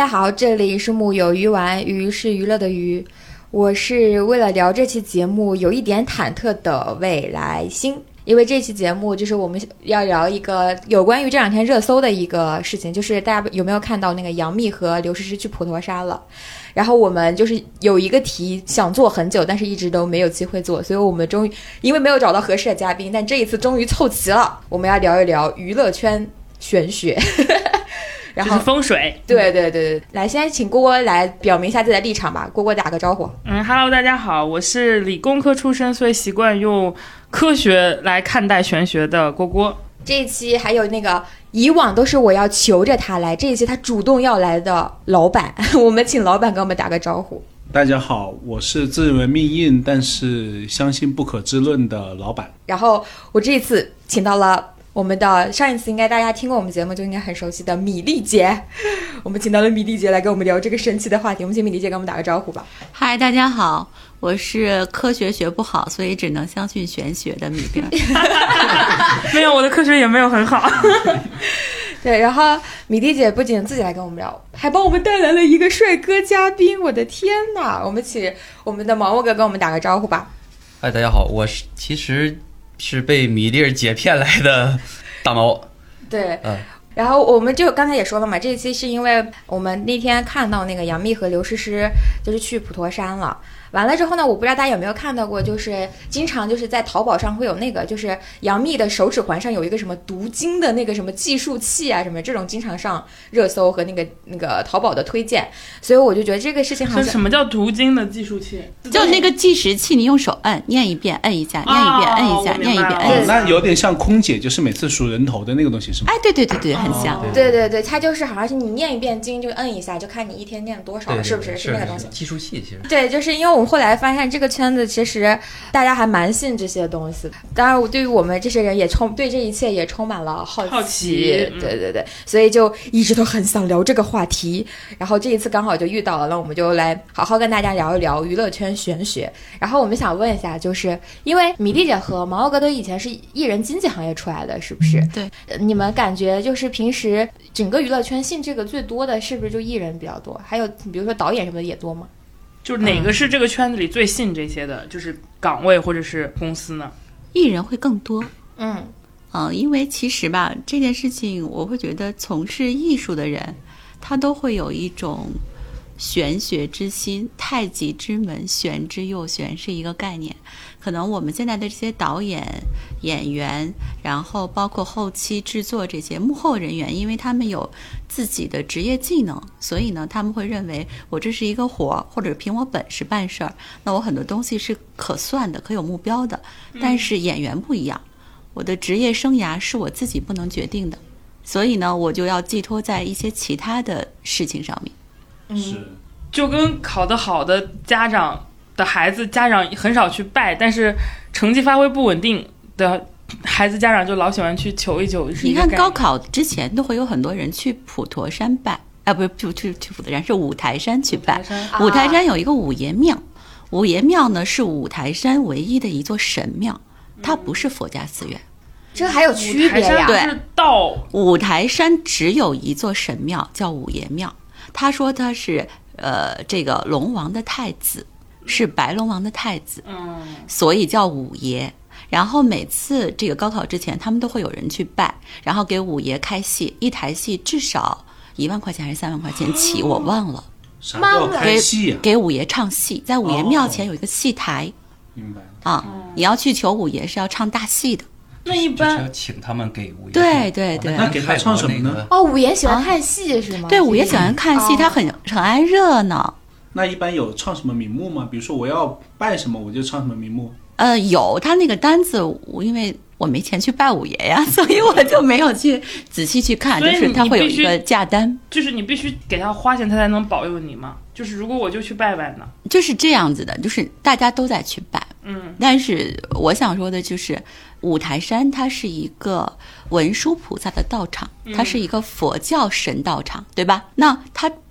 家好，这里是木有鱼丸，鱼是娱乐的鱼。我是为了聊这期节目有一点忐忑的未来星，因为这期节目就是我们要聊一个有关于这两天热搜的一个事情，就是大家有没有看到那个杨幂和刘诗诗去普陀山了？然后我们就是有一个题想做很久，但是一直都没有机会做，所以我们终于因为没有找到合适的嘉宾，但这一次终于凑齐了，我们要聊一聊娱乐圈玄学。然后就是风水。 对，来，现在请郭郭来表明一下自己的立场吧。郭郭打个招呼。 Hello， 大家好，我是理工科出身，所以习惯用科学来看待玄学的郭郭。 这一期还有那个以往都是我要求着他来，这一期他主动要来的老板，我们请老板跟我们打个招呼。 大家好，我是自认为命硬但是相信不可知论的老板。 然后我这一次请到了我们的上一次应该大家听过我们节目就应该很熟悉的米粒姐，我们请到了米粒姐来跟我们聊这个神奇的话题。我们请米粒姐跟我们打个招呼吧。 嗨，大家好，我是科学学不好，所以只能相信玄学的米粒。 没有，我的科学也没有很好。 对，然后米粒姐不仅自己来跟我们聊，还帮我们带来了一个帅哥嘉宾，我的天哪！我们请我们的毛毛哥跟我们打个招呼吧。 嗨，大家好，我其实是被米粒姐骗来的大毛。 对，然后我们就刚才也说了嘛，这一期是因为我们那天看到那个杨幂和刘诗诗就是去普陀山了。完了之后呢，我不知道大家有没有看到过，就是经常就是在淘宝上会有那个，就是杨幂的手指环上有一个什么读经的那个什么计数器啊，什么这种经常上热搜和那个淘宝的推荐，所以我就觉得这个事情好像什么叫读经的计数器？ 就那个计时器，你用手摁，念一遍，摁一下，念一遍，摁一下，念一遍，摁一下。 那有点像空姐，就是每次数人头的那个东西是吗？ 哎，对，很像。 对，它就是好像是你念一遍经就摁一下，就看你一天念多少，是不是？是那个东西。 计数器其实。 对，就是因为我们后来发现这个圈子其实大家还蛮信这些东西的。当然，对于我们这些人也对这一切也充满了好奇。对，所以就一直都很想聊这个话题。然后这一次刚好就遇到了，那我们就来好好跟大家聊一聊娱乐圈玄学。然后我们想问一下，就是因为米粒姐和毛毛哥都以前是艺人经纪行业出来的，是不是？ 对。 你们感觉就是平时整个娱乐圈信这个最多的是不是就艺人比较多？还有比如说导演什么的也多吗？ 就是哪个是这个圈子里最信这些的，就是岗位或者是公司呢？ 艺人会更多。因为其实吧，这件事情我会觉得从事艺术的人他都会有一种玄学之心，太极之门，玄之又玄是一个概念。可能我们现在的这些导演、演员，然后包括后期制作这些幕后人员，因为他们有自己的职业技能，所以呢，他们会认为我这是一个活，或者凭我本事办事儿，那我很多东西是可算的、可有目标的。但是演员不一样，我的职业生涯是我自己不能决定的，所以呢，我就要寄托在一些其他的事情上面。 是， 就跟考得好的家长的孩子，家长很少去拜，但是成绩发挥不稳定的孩子，家长就老喜欢去求一求。 你看高考之前都会有很多人去普陀山拜，不是去普陀山，是五台山去拜。五台山有一个五爷庙，五爷庙呢是五台山唯一的一座神庙，它不是佛家寺院。 这还有区别呀？ 对， 五台山只有一座神庙叫五爷庙，他说他是这个龙王的太子，是白龙王的太子，所以叫五爷。然后每次这个高考之前，他们都会有人去拜，然后给五爷开戏，一台戏至少1万块钱还是3万块钱起，我忘了。 啥叫开戏啊？ 给五爷唱戏，在五爷庙前有一个戏台。 明白啊，你要去求五爷是要唱大戏的。 那一般要请他们给五爷。 对， 那给他唱什么呢？ 五爷喜欢看戏是吗？ 对，五爷喜欢看戏，他很爱热闹。 那一般有唱什么名目吗？比如说我要拜什么，我就唱什么名目。 有他那个单子，因为我没钱去拜五爷呀，所以我就没有去仔细去看。就是他会有一个价单， 就是你必须给他花钱，他才能保佑你吗？就是如果我就去拜拜呢？ 就是这样子的，就是大家都在去拜。但是我想说的就是五台山它是一个文殊菩萨的道场，它是一个佛教神道场，对吧？那它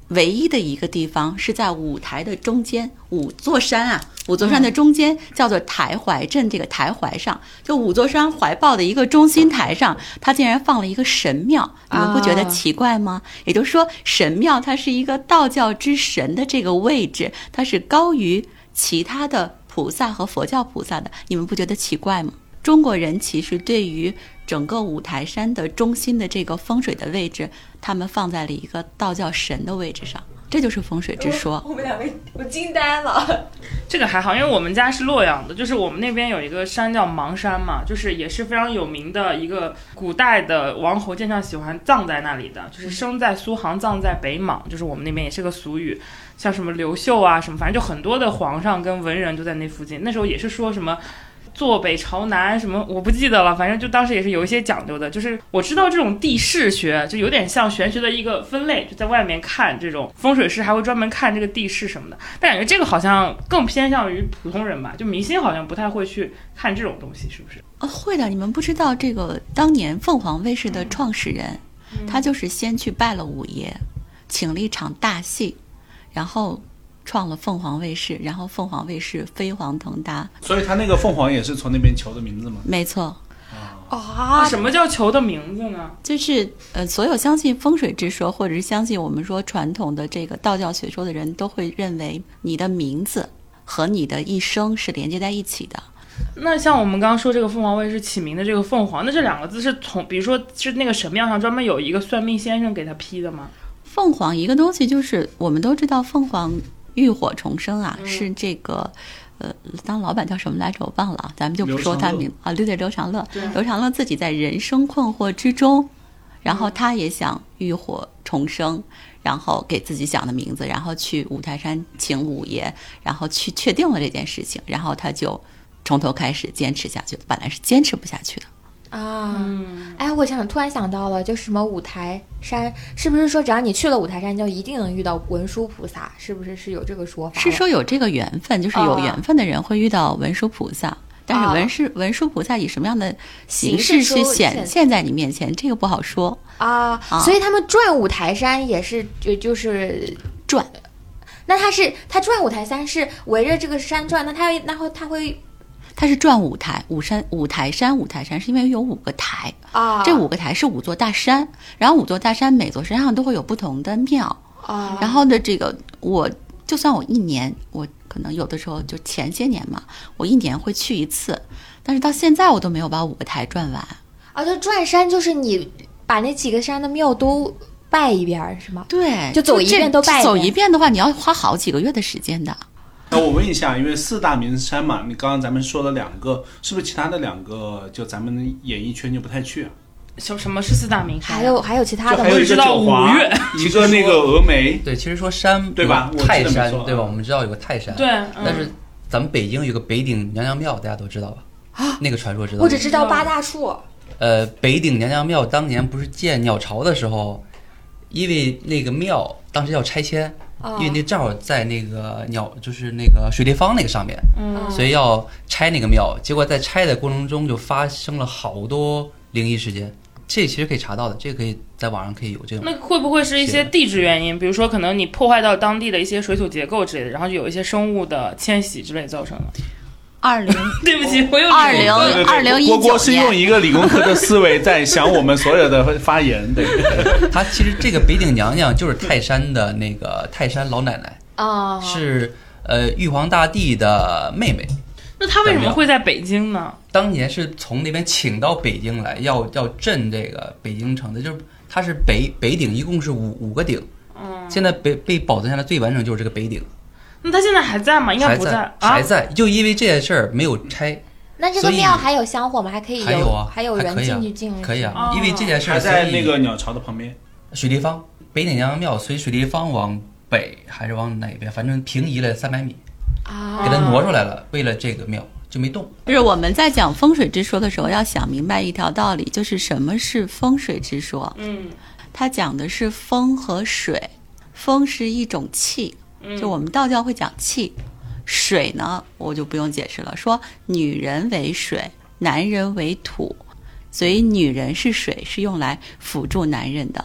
唯一的一个地方是在五台的中间，5座山的中间叫做台怀镇，这个台怀上，就5座山怀抱的一个中心台上，它竟然放了一个神庙，你们不觉得奇怪吗？也就是说，神庙它是一个道教之神的这个位置，它是高于其他的菩萨和佛教菩萨的，你们不觉得奇怪吗？中国人其实对于整个五台山的中心的这个风水的位置，他们放在了一个道教神的位置上，这就是风水之说。 我们两个我惊呆了。 这个还好，因为我们家是洛阳的，就是我们那边有一个山叫邙山嘛，就是也是非常有名的一个古代的王侯经常喜欢葬在那里的，就是生在苏杭，葬在北邙，就是我们那边也是个俗语，像什么刘秀啊什么，反正就很多的皇上跟文人就在那附近。那时候也是说什么坐北朝南什么我不记得了，反正就当时也是有一些讲究的。就是我知道这种地势学就有点像玄学的一个分类，就在外面看这种风水师还会专门看这个地势什么的，但感觉这个好像更偏向于普通人吧，就明星好像不太会去看这种东西，是不是？ 会的，你们不知道这个当年凤凰卫视的创始人，他就是先去拜了五爷，请了一场大戏，然后创了凤凰卫视，然后凤凰卫视飞黄腾达。 所以他那个凤凰也是从那边求的名字吗？ 没错。 什么叫求的名字呢？ 就是所有相信风水之说，或者是相信我们说传统的这个道教学说的人，都会认为你的名字和你的一生是连接在一起的。 那像我们刚刚说这个凤凰卫视起名的这个凤凰，那这2个字是从比如说是那个神庙上专门有一个算命先生给他批的吗？ 凤凰一个东西就是我们都知道凤凰浴火重生是这个当老板叫什么来着我忘了，咱们就不说他名对，刘长乐。刘长乐自己在人生困惑之中，然后他也想浴火重生，然后给自己想的名字，然后去五台山请五爷，然后去确定了这件事情，然后他就从头开始坚持下去，本来是坚持不下去的我突然想到了，就什么五台山，是不是说只要你去了五台山，就一定能遇到文殊菩萨？是不是有这个说法？ 是说有这个缘分，就是有缘分的人会遇到文殊菩萨，但是文殊菩萨以什么样的形式去显现在你面前，这个不好说所以他们转五台山也是就是转。 那他转五台山是围着这个山转，那他会。 它是转五台山是因为有5个台这5个台是5座大山，然后5座大山每座山上都会有不同的庙然后的这个就算我一年，我可能有的时候就前些年嘛，我一年会去一次，但是到现在我都没有把5个台转完就转山就是你把那几个山的庙都拜一遍是吗？ 对， 就走一遍都拜一遍。 走一遍的话你要花好几个月的时间的。 那我问一下，因为4大名山嘛，你刚刚咱们说了2个，是不是其他的2个就咱们演艺圈就不太去啊？ 什么是4大名山？ 还有其他的吗？ 还有一个九华，一个那个峨眉。 对，其实说山对吧？ 泰山对吧？我们知道有个泰山， 对， 但是咱们北京有个北顶娘娘庙，大家都知道吧？那个传说知道吗？ 我只知道8大处。 北顶娘娘庙当年不是建鸟巢的时候，因为那个庙当时要拆迁。因为那正好在那个就是那个水立方那个上面，所以要拆那个庙。结果在拆的过程中就发生了好多灵异事件，这其实可以查到的，这个可以在网上可以有这种。 那会不会是一些地质原因？比如说可能你破坏到当地的一些水土结构之类的，然后就有一些生物的迁徙之类造成的。对不起，我有 2019郭是用一个理工科的思维在想我们所有的发言。对， 他其实这个北顶娘娘就是泰山的那个泰山老奶奶是玉皇大帝的妹妹。 那她为什么会在北京呢？ 当年是从那边请到北京来，要镇这个北京城的，就是它是北顶，一共是五个顶。现在被保存下来最完整就是这个北顶。 那他现在还在吗？应该不在。 还在，就因为这件事儿没有拆。 那这个庙还有香火吗？还可以有啊， 还有人进去进。 可以啊，因为这件事还在那个鸟巢的旁边。 水立方，北顶娘娘庙随水立方往北还是往哪边？反正平移了300米，给它挪出来了。为了这个庙就没动。 就是我们在讲风水之说的时候，要想明白一条道理，就是什么是风水之说。它讲的是风和水，风是一种气。就我们道教会讲气，水呢我就不用解释了，说女人为水，男人为土，所以女人是水，是用来辅助男人的。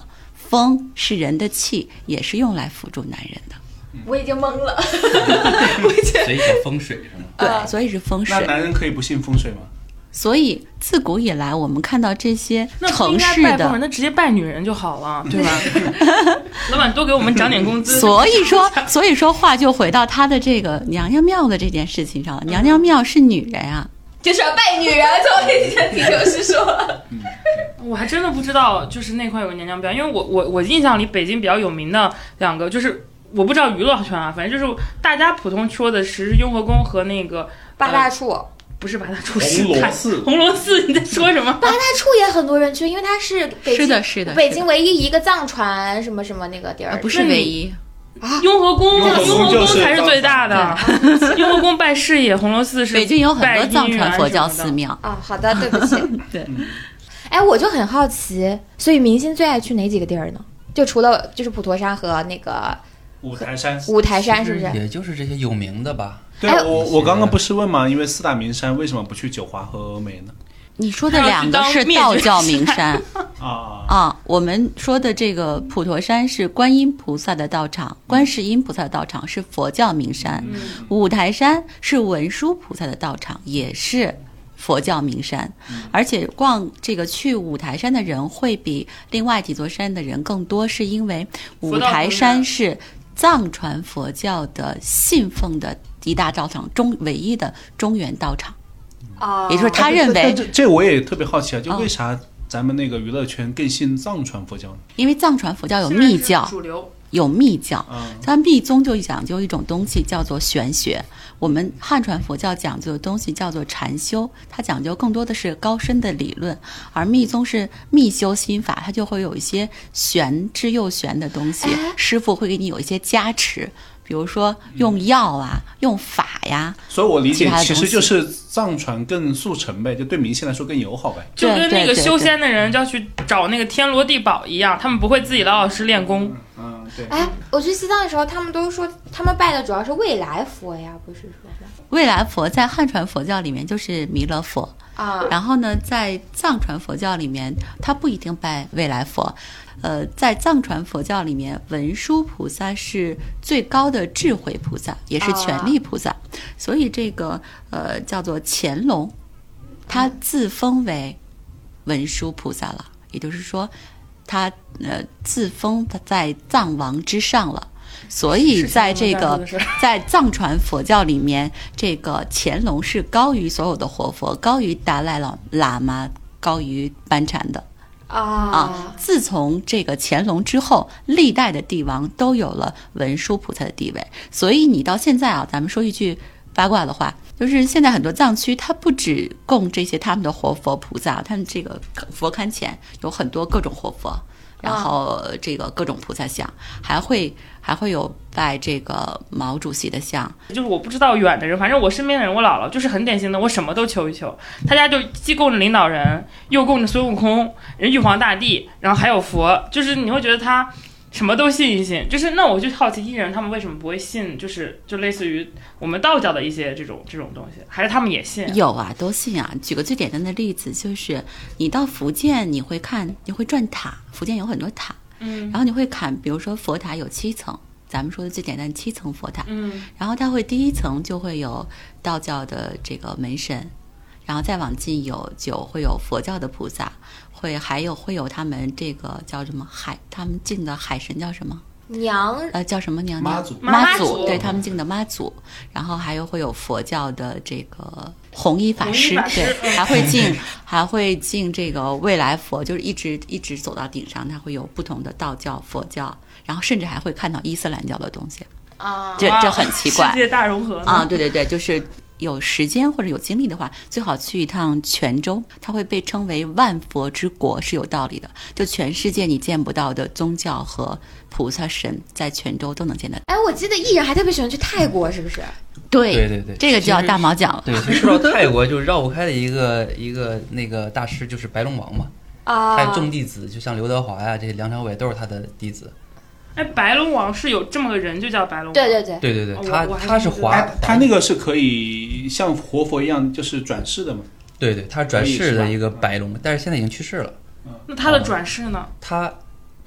风，是人的气，也是用来辅助男人的。 我已经懵了。 所以叫风水是吗？ 对，所以是风水。 那男人可以不信风水吗？ 所以自古以来，我们看到这些城市的， 那直接拜女人就好了，对吧？老板多给我们涨点工资。 所以说话就回到他的这个娘娘庙的这件事情上了。娘娘庙是女人啊， 就是要拜女人。从那几天听刘师说了。 我还真的不知道，就是那块有个娘娘庙，因为我印象里北京比较有名的两个，就是我不知道娱乐圈啊，反正就是大家普通说的是雍和宫和那个八大处。 不是八大处， 红螺寺， 你在说什么？ 八大处也很多人去，因为它是北京是的北京唯一一个藏传什么什么那个地儿， 不是唯一。 雍和宫才是最大的。雍和宫拜事业，红螺寺是北京有很多藏传佛教寺庙啊。好的，对不起。 对， 哎，我就很好奇，所以明星最爱去哪几个地儿呢？就除了就是普陀山和那个五台山是不是？ 也就是这些有名的吧。 对，我刚刚不是问吗？因为四大名山为什么不去九华和峨眉呢？ 你说的两个是道教名山我们说的这个普陀山是观音菩萨的道场，观世音菩萨的道场是佛教名山，五台山是文殊菩萨的道场，也是佛教名山。而且这个去五台山的人会比另外几座山的人更多，是因为五台山是藏传佛教的信奉的一大道场，唯一的中原道场。也就是他认为， 这我也特别好奇啊，就为啥咱们那个娱乐圈更信藏传佛教呢？ 因为藏传佛教有密教，有密教，它密宗就讲究一种东西叫做玄学。我们汉传佛教讲究的东西叫做禅修，它讲究更多的是高深的理论，而密宗是密修心法，它就会有一些玄之又玄的东西，师傅会给你有一些加持。比如说用药啊，用法呀， 所以我理解其实就是藏传更速成呗，就对明星来说更友好呗。 就跟那个修仙的人就要去找那个天罗地宝一样，他们不会自己老老实练功。 对。 哎，我去西藏的时候，他们都说他们拜的主要是未来佛呀，不是说是？ 未来佛在汉传佛教里面就是弥勒佛啊，然后呢，在藏传佛教里面，他不一定拜未来佛。在藏传佛教里面，文殊菩萨是最高的智慧菩萨，也是权力菩萨，所以这个叫做乾隆，他自封为文殊菩萨了，也就是说，他自封在藏王之上了。所以在这个在藏传佛教里面，这个乾隆是高于所有的活佛，高于达赖喇嘛，高于班禅的。自从这个乾隆之后，历代的帝王都有了文殊菩萨的地位。所以你到现在啊，咱们说一句八卦的话，就是现在很多藏区它不只供这些他们的活佛菩萨，他们这个佛龛前有很多各种活佛，然后这个各种菩萨像，还会有拜这个毛主席的像。 就是我不知道远的人，反正我身边的人，我姥姥就是很典型的，我什么都求一求。他家就既供着领导人，又供着孙悟空、玉皇大帝，然后还有佛，就是你会觉得他什么都信一信。就是那我就好奇艺人他们为什么不会信，就类似于我们道教的一些这种东西，还是他们也信？ 有啊，都信啊。举个最简单的例子，就是你到福建，你会转塔，福建有很多塔，然后你会看，比如说佛塔有7层。咱们说的最简单7层佛塔，然后它会第1层就会有道教的这个门神，然后再往近会有佛教的菩萨，会有他们这个叫什么他们敬的海神叫什么叫什么娘娘？妈祖，对，他们敬的妈祖，然后会有佛教的这个弘一法师，对，还会敬这个未来佛，就是一直走到顶上，它会有不同的道教、佛教，然后甚至还会看到伊斯兰教的东西啊，这很奇怪， 世界大融合啊，对，就是有时间或者有精力的话，最好去一趟泉州，它会被称为万佛之国，是有道理的。就全世界你见不到的宗教和菩萨神，在泉州都能见得到。 哎，我记得艺人还特别喜欢去泰国，是不是？ 对，这个就要大毛讲了。 对，其实说到泰国，就绕不开的一个那个大师就是白龙王嘛，还有众弟子，就像刘德华呀，这些梁朝伟都是他的弟子。 哎，白龙王是有这么个人，就叫白龙王。 对， 他是他那个是可以像活佛一样，就是转世的嘛。 对，他转世的一个白龙，但是现在已经去世了。 那他的转世呢？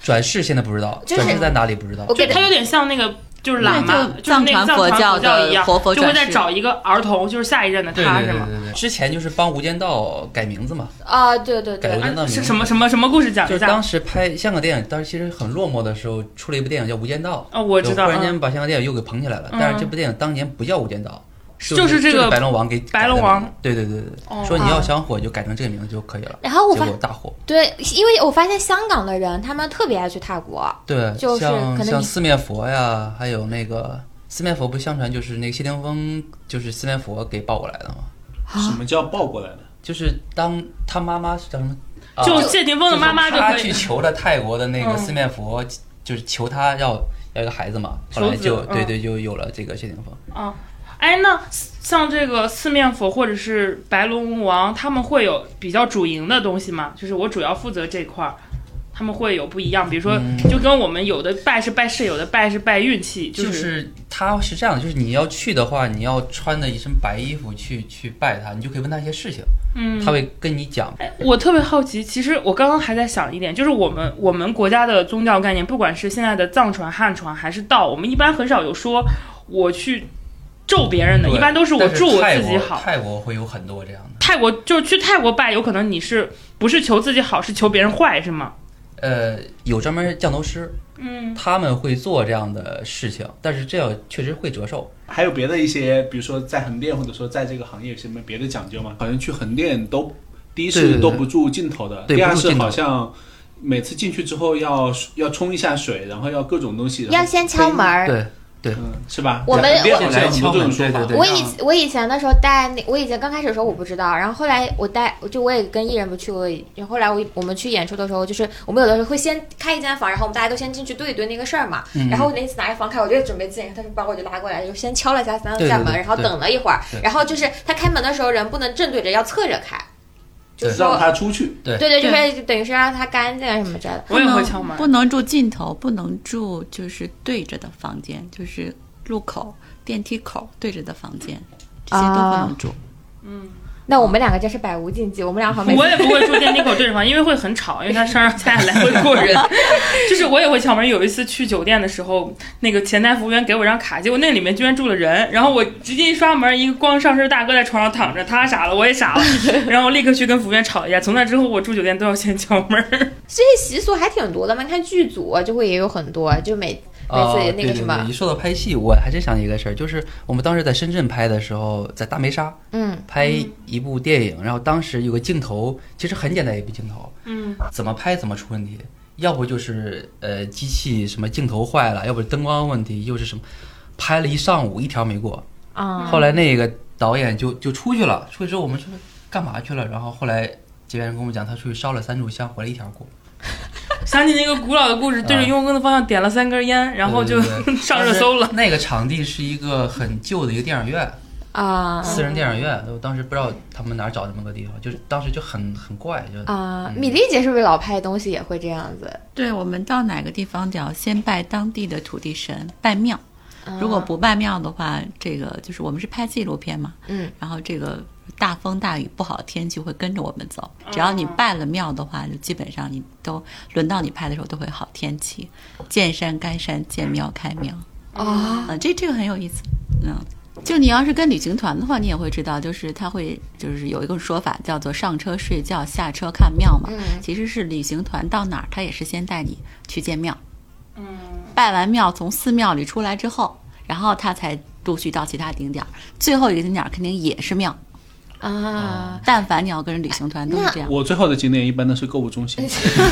转世现在不知道，转世在哪里不知道。 就它有点像那个。就是喇嘛，就是那个藏传佛教一样，就会再找一个儿童，就是下一任的他，是吗？ 对，之前就是帮《无间道》改名字嘛。 啊，对， 改《无间道》 是什么故事讲一下？ 就是当时拍香港电影，当时其实很落寞的时候，出了一部电影叫《无间道》。 哦，我知道。 忽然间把香港电影又给捧起来了，但是这部电影当年不叫《无间道》。 就是这个白龙王给白龙王， 对，说你要想火就改成这个名字就可以了。 然后结果大火。 对，因为我发现香港的人他们特别爱去泰国。 对， 就是可能像四面佛呀，还有那个四面佛，不相传就是那个谢霆锋就是四面佛给抱过来的吗？ 什么叫抱过来的？ 就是当他妈妈是叫什么？ 就谢霆锋的妈妈就他去求了泰国的那个四面佛，就是求他要一个孩子嘛，后来就对就有了这个谢霆锋。 哎，那像这个四面佛或者是白龙王，他们会有比较主营的东西吗？就是我主要负责这块儿，他们会有不一样，比如说，就跟我们有的拜是拜事，有的拜是拜运气， 就是他是这样的，就是你要去的话，你要穿的一身白衣服去拜他，你就可以问他一些事情，他会跟你讲。 我特别好奇，其实我刚刚还在想一点，就是我们国家的宗教概念，不管是现在的藏传、汉传还是道，我们一般很少有说我去咒别人的，一般都是我祝我自己好。 泰国会有很多这样的。 泰国就是去泰国拜，有可能你是不是求自己好，是求别人坏，是吗？ 有专门降头师，他们会做这样的事情，但是这样确实会折寿。 还有别的一些，比如说在横店或者说在这个行业有什么别的讲究吗？好像去横店第一是都不住镜头的，第二是好像每次进去之后要冲一下水，然后要各种东西， 要先敲门。 对， 是吧？ 我们来敲门， 我以前的时候我以前刚开始的时候我不知道，然后后来我也跟艺人不去过，后来我们去演出的时候，就是我们有的时候会先开一间房，然后我们大家都先进去对一对那个事儿嘛。然后我那次拿着房卡，我就准备进，他就把我就拉过来，就先敲了一下3下门，然后等了一会儿，然后就是他开门的时候人不能正对着，要侧着开。就是让他出去， 对，就是等于是让他干净什么之类的。 我也会敲门， 不能住尽头，不能住就是对着的房间，就是路口、电梯口对着的房间，这些都不能住。 那我们两个真是百无禁忌，我们两个旁边。 我也不会住电梯口对着房，因为会很吵，因为它上下来回过人。就是我也会敲门。有一次去酒店的时候，那个前台服务员给我张卡，结果那里面居然住了人，然后我直接一刷门，一个光上身大哥在床上躺着，他傻了，我也傻了，然后立刻去跟服务员吵一架。从那之后，我住酒店都要先敲门。 这些习俗还挺多的嘛，你看剧组就会也有很多，就每次那个什么。 对，一说到拍戏，我还真想起一个事儿，就是我们当时在深圳拍的时候，在大梅沙，拍一部电影，然后当时有个镜头，其实很简单一部镜头，怎么拍怎么出问题，要不就是机器什么镜头坏了，要不灯光问题，又是什么，拍了一上午一条没过，后来那个导演就出去了，出去之后我们说干嘛去了，然后后来接班人跟我们讲，他出去烧了3炷香，回来一条过。 想起那个古老的故事，对着雍和宫的方向点了3根烟，然后就上热搜了。 那个场地是一个很旧的一个电影院私人电影院，我当时不知道他们哪找这么个地方，就是当时就很怪，就米粒姐是不是老拍东西也会这样子？ 对，我们到哪个地方都要先拜当地的土地神，拜庙。如果不拜庙的话，这个就是我们是拍纪录片嘛，然后这个大风大雨不好的天气会跟着我们走，只要你拜了庙的话，就基本上你都轮到你拍的时候都会好天气，见山开山，见庙开庙这个很有意思。就你要是跟旅行团的话，你也会知道，就是他会就是有一个说法叫做上车睡觉，下车看庙嘛，其实是旅行团到哪儿他也是先带你去见庙，拜完庙从寺庙里出来之后，然后他才陆续到其他景点，最后一个景点肯定也是庙但凡你要跟人旅行团都是这样。 我最后的景点一般都是购物中心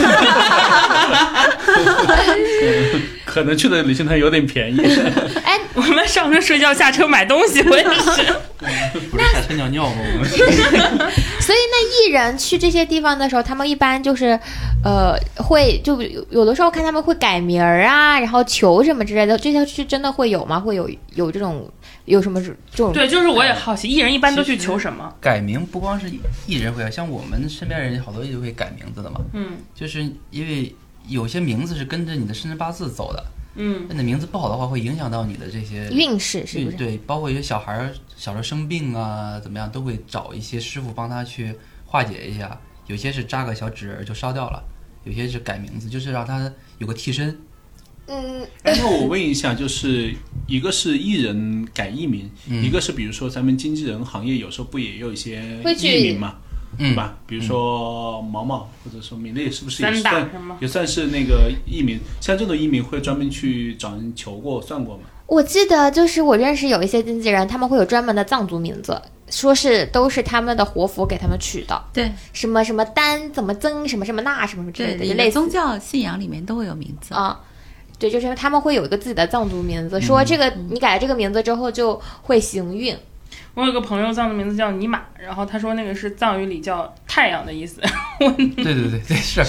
可能去的旅行团有点便宜我们上车睡觉，下车买东西，我也是不是下车尿尿吗？我们所以那艺人去这些地方的时候，他们一般就是会就有的时候看他们会改名啊，然后求什么之类的，这些是真的会有吗？会有这种有什么这种？ 对，就是我也好奇，艺人一般都去求什么？ 改名不光是艺人会，像我们身边人好多也会改名字的嘛。就是因为有些名字是跟着你的生辰八字走的。那你的名字不好的话，会影响到你的这些运势，是不是？ 对，包括一些小孩小时候生病啊，怎么样，都会找一些师傅帮他去化解一下。有些是扎个小纸人就烧掉了，有些是改名字，就是让他有个替身。 那我问一下，就是一个是艺人改艺名，一个是比如说咱们经纪人行业有时候不也有一些艺名嘛，对吧？比如说毛毛或者说米粒，是不是也算是那个艺名？像这种艺名会专门去找人求过算过吗？ 我记得就是我认识有一些经纪人，他们会有专门的藏族名字，说是都是他们的活佛给他们取的。 对， 什么什么丹，怎么增，什么什么那，什么什么之类的， 就类似宗教信仰里面都会有名字啊。对，就是他们会有一个自己的藏族名字，说这个你改了这个名字之后就会行运。 我有个朋友藏族名字叫尼玛，然后他说那个是藏语里叫太阳的意思。 对，是，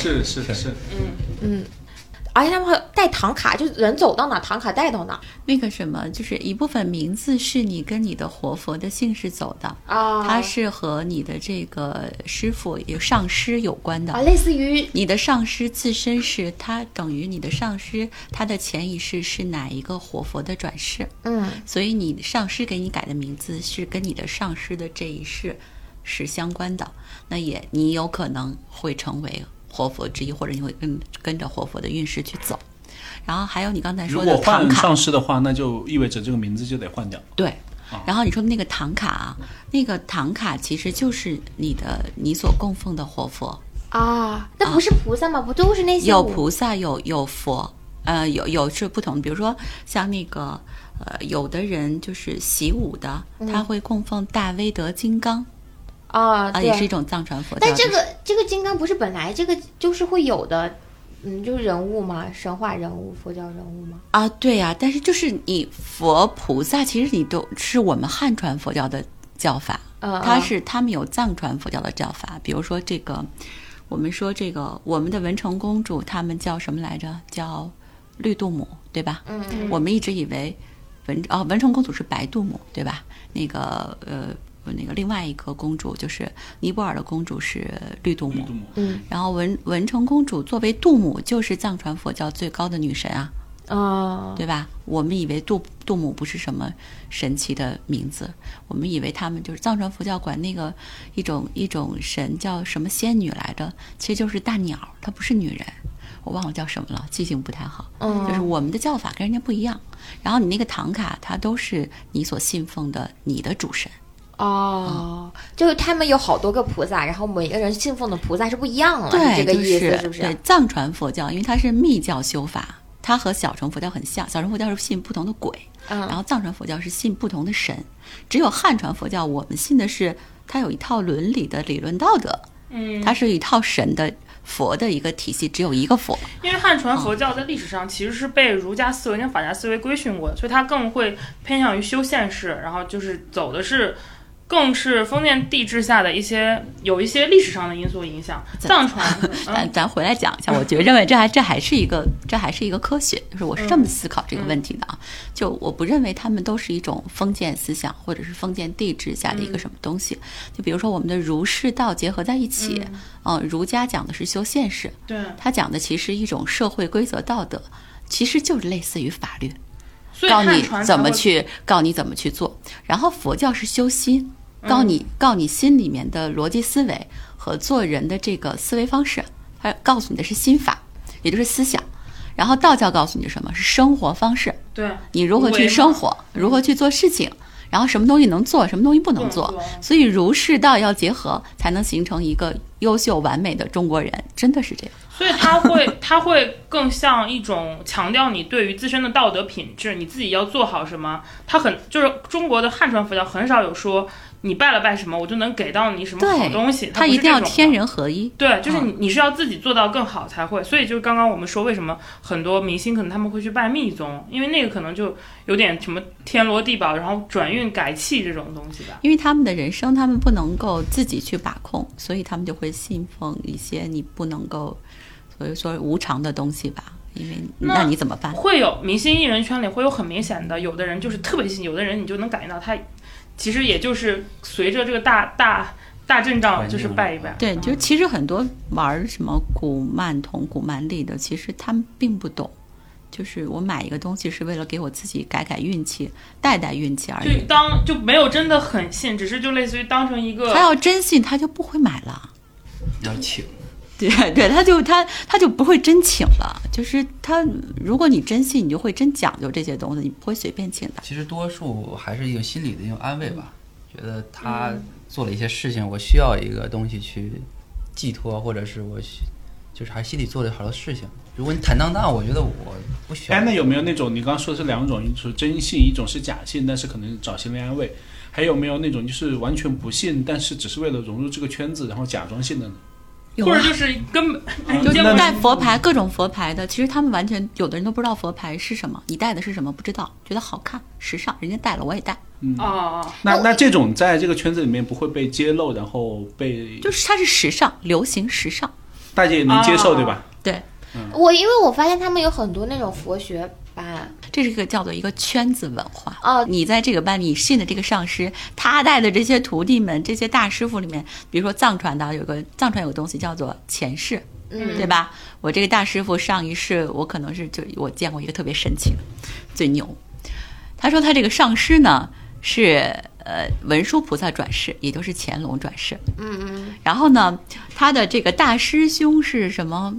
而且他们会带唐卡，就人走到哪唐卡带到哪。 那个什么，就是一部分名字是你跟你的活佛的姓氏走的啊，它是和你的这个师傅有上师有关的啊，类似于你的上师自身是他等于你的上师，他的前一世是哪一个活佛的转世，所以你上师给你改的名字是跟你的上师的这一世是相关的，那你有可能会成为活佛之一，或者你会跟着活佛的运势去走。然后还有你刚才说的唐卡， 如果换上师的话，那就意味着这个名字就得换掉。 对，然后你说的那个唐卡啊，那个唐卡其实就是你所供奉的活佛啊，那不是菩萨吗？不都是那些有菩萨有佛，有是不同的。比如说像那个有的人就是习武的，他会供奉大威德金刚。也是一种藏传佛教。 但这个金刚不是本来这个就是会有的，就是人物吗？神话人物、佛教人物吗？ 啊，对呀，但是就是你佛菩萨，其实你都是我们汉传佛教的教法，他们有藏传佛教的教法。比如说这个，我们说这个我们的文成公主，他们叫什么来着？叫绿度母，对吧？我们一直以为文成公主是白度母，对吧？那个另外一个公主就是尼泊尔的公主是绿度母，然后文成公主作为度母就是藏传佛教最高的女神啊，对吧？我们以为度母不是什么神奇的名字，我们以为他们就是藏传佛教管那个一种神叫什么仙女来着，其实就是大鸟，她不是女人，我忘了叫什么了，记性不太好。就是我们的叫法跟人家不一样，然后你那个唐卡它都是你所信奉的你的主神。 就是他们有好多个菩萨，然后每个人信奉的菩萨是不一样的， 对， 这个意思是不是？ 对，藏传佛教因为它是密教修法，它和小乘佛教很像，小乘佛教是信不同的鬼，然后藏传佛教是信不同的神，只有汉传佛教我们信的是它有一套伦理的理论道德，它是一套神的佛的一个体系，只有一个佛。 因为汉传佛教在历史上其实是被儒家思维跟法家思维规训过的，所以它更会偏向于修现世，然后就是走的是更是封建帝制下的有一些历史上的因素影响。藏传， 咱回来讲一下，我认为这还是一个科学，就是我是这么思考这个问题的啊。就我不认为他们都是一种封建思想或者是封建帝制下的一个什么东西。就比如说我们的儒释道结合在一起，儒家讲的是修现世， 对， 他讲的其实一种社会规则道德，其实就是类似于法律， 告你怎么去做。然后佛教是修心。告你心里面的逻辑思维和做人的这个思维方式，它告诉你的是心法，也就是思想。然后道教告诉你什么是生活方式， 对， 你如何去生活，如何去做事情，然后什么东西能做，什么东西不能做。所以儒释道要结合，才能形成一个优秀完美的中国人，真的是这样。 所以它会更像一种强调你对于自身的道德品质，你自己要做好什么。就是中国的汉传佛教很少有说你拜了拜什么我就能给到你什么好东西， 它一定要天人合一。 对，就是你是要自己做到更好才会。所以就是刚刚我们说为什么很多明星可能他们会去拜密宗，因为那个可能就有点什么天罗地堡，然后转运改气这种东西吧。 因为他们的人生他们不能够自己去把控，所以他们就会信奉一些你不能够，所以说无常的东西吧。因为那你怎么办？ 会有明星艺人圈里会有很明显的，有的人就是特别信，有的人你就能感觉到他其实也就是随着这个大阵仗就是拜一拜。 对，就其实很多玩什么古曼童、古曼历的，其实他们并不懂。就是我买一个东西是为了给我自己改运气、带运气而已。 就没有真的很信，只是就类似于当成一个。 他要真信，他就不会买了。 要请。 对，他就不会真请了。 就是他，如果你真信，你就会真讲究这些东西，你不会随便请的。 其实多数还是一个心理的一种安慰吧，觉得他做了一些事情，我需要一个东西去寄托，或者是就是还心里做了好多事情。如果你坦荡荡，我觉得我不需要。 那有没有那种你刚刚说的是两种，一种是真信，一种是假信，但是可能找心理安慰？还有没有那种就是完全不信，但是只是为了融入这个圈子，然后假装信的呢？ 或者就是根本就带佛牌，各种佛牌的，其实他们完全有的人都不知道佛牌是什么，你戴的是什么不知道，觉得好看时尚，人家戴了我也戴。 那这种在这个圈子里面不会被揭露，然后被就是它是时尚，流行时尚， 大家也能接受，对吧？ 对。 因为我发现他们有很多那种佛学班，这是一个叫做一个圈子文化你在这个班你信的这个上师，他带的这些徒弟们，这些大师傅里面，比如说藏传有个东西叫做前世，对吧？我这个大师傅上一世，我可能是我见过一个特别神奇的，最牛。他说他这个上师呢是文殊菩萨转世，也就是乾隆转世。然后呢，他的这个大师兄是什么？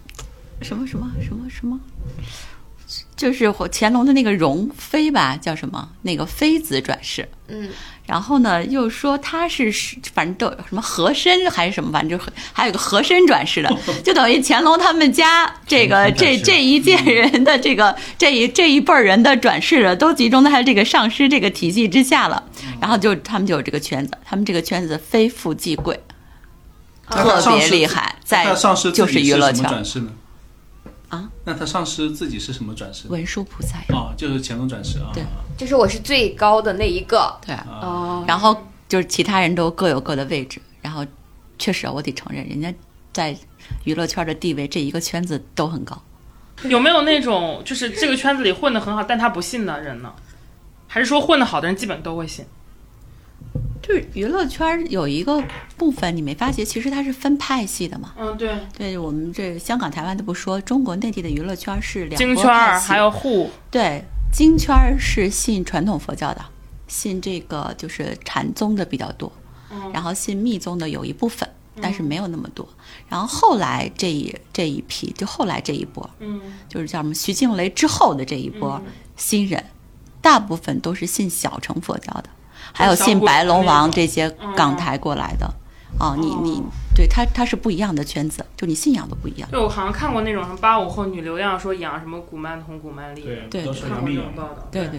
就是乾隆的那个容妃吧，叫什么？那个妃子转世。然后呢，又说他是反正都有什么和珅还是什么，反正就还有个和珅转世的，就等于乾隆他们家这一届人的这一辈人的转世的都集中在他这个上师这个体系之下了。然后他们就有这个圈子，他们这个圈子非富即贵，特别厉害。在就是娱乐圈。 那他上师自己是什么转世？ 文殊菩萨就是乾隆转世啊。 对，就是我是最高的那一个。 对然后就是其他人都各有各的位置，然后确实我得承认，人家在娱乐圈的地位，这一个圈子都很高。 有没有那种就是这个圈子里混得很好，但他不信的人呢？还是说混得好的人基本都会信？ 就是娱乐圈有一个部分你没发觉，其实它是分派系的嘛。对，我们这香港、台湾都不说，中国内地的娱乐圈是两京圈还有沪。 对，京圈是信传统佛教的，信这个就是禅宗的比较多，然后信密宗的有一部分，但是没有那么多。然后后来这一批，就后来这一波，就是叫什么徐静蕾之后的这一波新人，大部分都是信小乘佛教的。还有信白龙王这些港台过来的你对他是不一样的圈子，就你信仰都不一样。 对，我好像看过那种什么85后女流量说养什么古曼童、古曼丽， 对，都是看过这种报道。 对。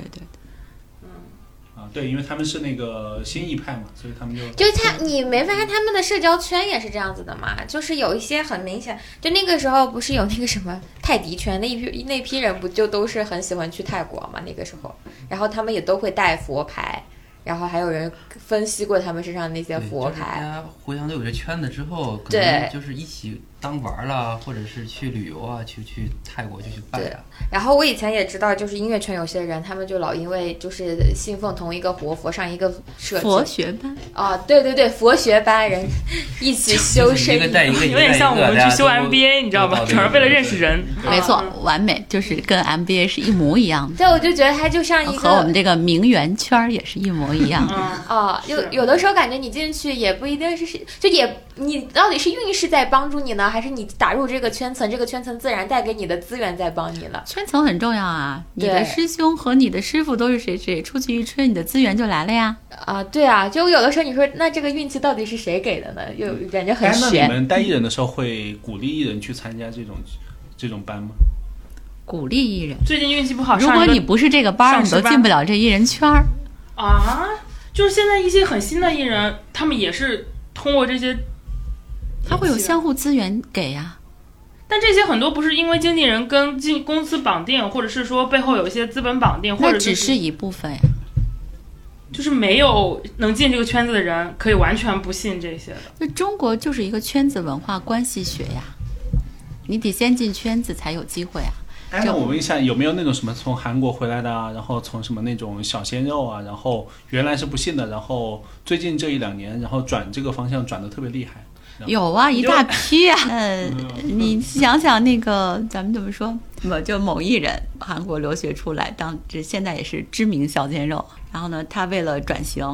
对，因为他们是那个新一派嘛，所以他们你没发现他们的社交圈也是这样子的吗？就是有一些很明显，就那个时候不是有那个什么泰迪圈那批人，不就都是很喜欢去泰国嘛？那个时候，然后他们也都会带佛牌。然后还有人分析过他们身上那些佛牌， 大家互相都有这圈子之后，可能就是一起当玩了，或者是去旅游啊，去泰国就去拜啊。 然后我以前也知道，就是音乐圈有些人，他们就老因为就是信奉同一个活佛，上一个社佛学班对，佛学班人一起修身， 一个有点像我们去修 MBA， 你知道吧？主要为了认识人。 没错，完美，就是跟 MBA 是一模一样的。 对，我就觉得它就像一个和我们这个名媛圈也是一模一样的。 有的时候感觉你进去也不一定是，就也你到底是运势在帮助你呢，还是你打入这个圈层，这个圈层自然带给你的资源在帮你了？ 圈层很重要啊，你的师兄和你的师傅都是谁，出去一吹，你的资源就来了呀。 对啊，就有的时候你说那这个运气到底是谁给的呢？又感觉很悬。 那你们带艺人的时候会鼓励艺人去参加这种班吗？ 鼓励艺人， 最近运气不好， 如果你不是这个班，你都进不了这艺人圈就是现在一些很新的艺人，他们也是通过这些， 他会有相互资源给呀。 但这些很多不是因为经纪人跟公司绑定，或者是说背后有一些资本绑定，或者那只是一部分呀。 就是没有能进这个圈子的人，可以完全不信这些的。 那中国就是一个圈子文化关系学呀，你得先进圈子才有机会啊。 那我问一下，有没有那种什么从韩国回来的然后从什么那种小鲜肉然后原来是不信的，然后最近这1-2年，然后转这个方向转得特别厉害？ 有啊，一大批啊。你想想那个，咱们怎么说？就某艺人韩国留学出来，现在也是知名小鲜肉。然后呢，他为了转型，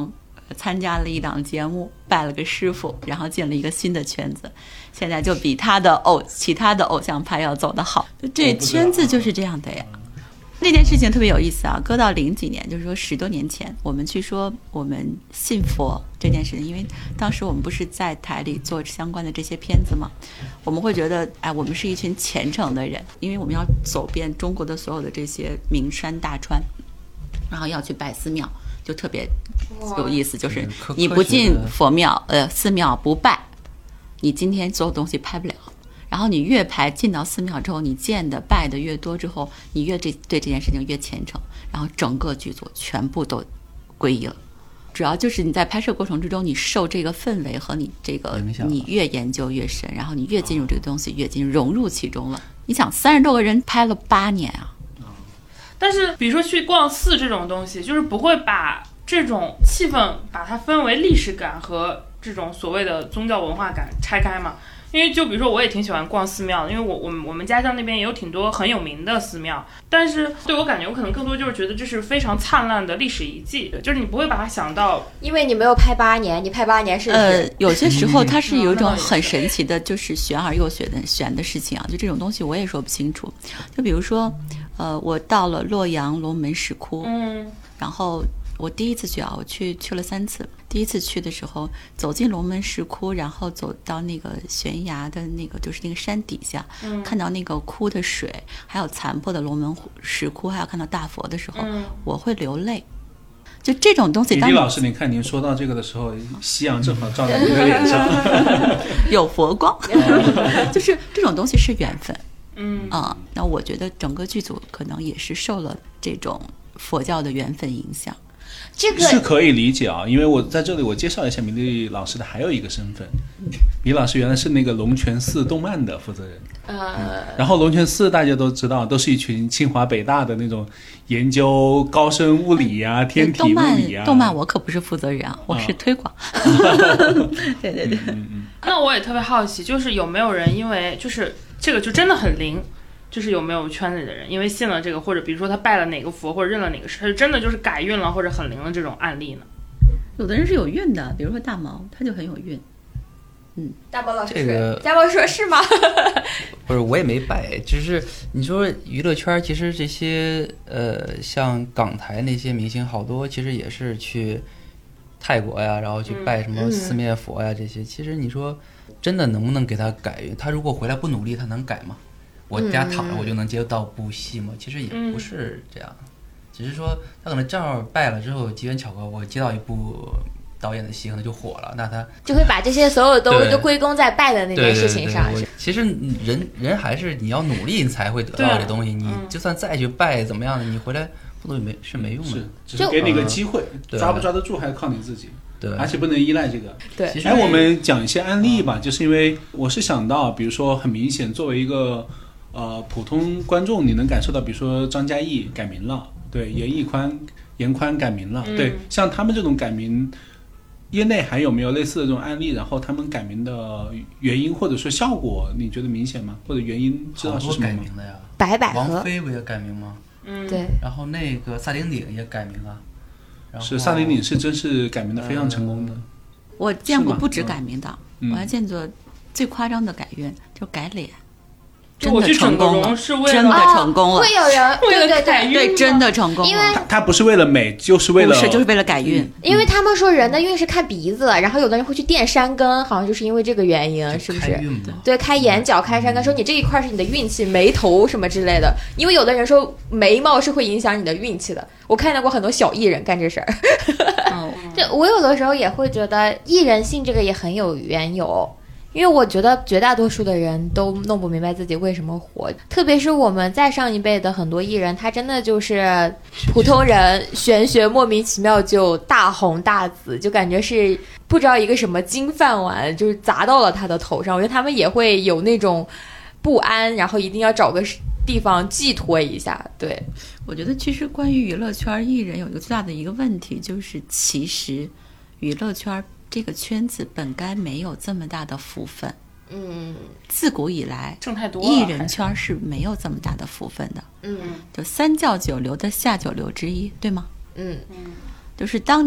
参加了一档节目，拜了个师傅，然后进了一个新的圈子，现在就比其他的偶像派要走得好。这圈子就是这样的呀。那件事情特别有意思啊，搁到00几年，就是说10多年前，我们去说我们信佛这件事情，因为当时我们不是在台里做相关的这些片子嘛，我们会觉得，哎，我们是一群虔诚的人，因为我们要走遍中国的所有的这些名山大川，然后要去拜寺庙，就特别有意思，就是你不进佛庙、寺庙不拜，你今天所有东西拍不了。然后你越拍进到寺庙之后，你见的拜的越多之后，你越对这件事情越虔诚，然后整个剧组全部都皈依了。主要就是你在拍摄过程之中，你受这个氛围和你这个你越研究越深，然后你越进入这个东西，越融入其中了。你想30多个人拍了8年啊！ 但是比如说去逛寺这种东西，就是不会把这种气氛把它分为历史感和这种所谓的宗教文化感拆开嘛？因为就比如说我也挺喜欢逛寺庙的，因为我们家乡那边也有挺多很有名的寺庙，但是对我感觉我可能更多就是觉得这是非常灿烂的历史遗迹，就是你不会把它想到， 因为你没有拍8年，你拍8年是有些时候它是有一种很神奇的，就是玄而又玄的事情啊，就这种东西我也说不清楚。就比如说我到了洛阳龙门石窟，然后我第一次去啊，我去了3次。第一次去的时候，走进龙门石窟，然后走到那个悬崖的那个，就是那个山底下，看到那个窟的水，还有残破的龙门石窟，还有看到大佛的时候，我会流泪。就这种东西， 李老师，你看您说到这个的时候，夕阳正好照在您的脸上， 有佛光，就是这种东西是缘分。那我觉得整个剧组可能也是受了这种佛教的缘分影响。 这个是可以理解啊，因为我在这里我介绍一下米粒老师的还有一个身份，米老师原来是那个龙泉寺动漫的负责人，然后龙泉寺大家都知道，都是一群清华北大的那种研究高深物理啊、天体物理啊。 动漫我可不是负责人啊，我是推广。对对对。 那我也特别好奇，就是有没有人因为就是这个就真的很灵？就是有没有圈里的人因为信了这个，或者比如说他拜了哪个佛，或者认了哪个事，他就真的就是改运了，或者很灵的这种案例呢？ 有的人是有运的，比如说大毛，他就很有运。 大毛老师， 这个大毛说是吗？ 不是，我也没拜，只是你说娱乐圈其实这些像港台那些明星，好多其实也是去泰国呀，然后去拜什么四面佛呀，这些其实你说真的能不能给他改运？他如果回来不努力，他能改吗？我家躺着我就能接到部戏吗？其实也不是这样，只是说他可能正好拜了之后机缘巧合，我接到一部导演的戏，可能就火了，那他就会把这些所有都归功在拜的那件事情上。 其实人还是你要努力，你才会得到这东西。你就算再去拜怎么样的，你回来不都没用的。 只是给你个机会，抓不抓得住还是靠你自己。 对， 而且不能依赖这个。 对， 我们讲一些案例吧，就是因为我是想到，比如说很明显，作为一个普通观众，你能感受到，比如说张嘉译改名了，对，严宽改名了，对，像他们这种改名，业内还有没有类似的这种案例？然后他们改名的原因或者说效果，你觉得明显吗？或者原因知道是什么吗？ 改名的呀， 白百合， 王菲不也改名吗？ 对。 然后那个萨顶顶也改名了。 是萨顶顶是真是改名的非常成功的。 我见过不止改名的，我还见过最夸张的改运，就改脸。真的成功了，真的成功了， 会有人对，真的成功了。 因为他不是为了美，就是为了改运。 因为他们说人的运是看鼻子，然后有的人会去垫山根，好像就是因为这个原因，是不是？对，开眼角、开山根，说你这一块是你的运气，眉头什么之类的。因为有的人说眉毛是会影响你的运气的，我看到过很多小艺人干这事儿。对，我有的时候也会觉得艺人信这个也很有缘由。因为我觉得绝大多数的人都弄不明白自己为什么活，特别是我们再上一辈的很多艺人，他真的就是普通人，玄学莫名其妙就大红大紫，就感觉是不知道一个什么金饭碗就是砸到了他的头上。我觉得他们也会有那种不安，然后一定要找个地方寄托一下。对， 我觉得其实关于娱乐圈艺人有一个最大的一个问题，就是其实娱乐圈这个圈子本该没有这么大的福分。自古以来挣太多了， 艺人圈是没有这么大的福分的。就三教九流的下九流之一，对吗？就是当你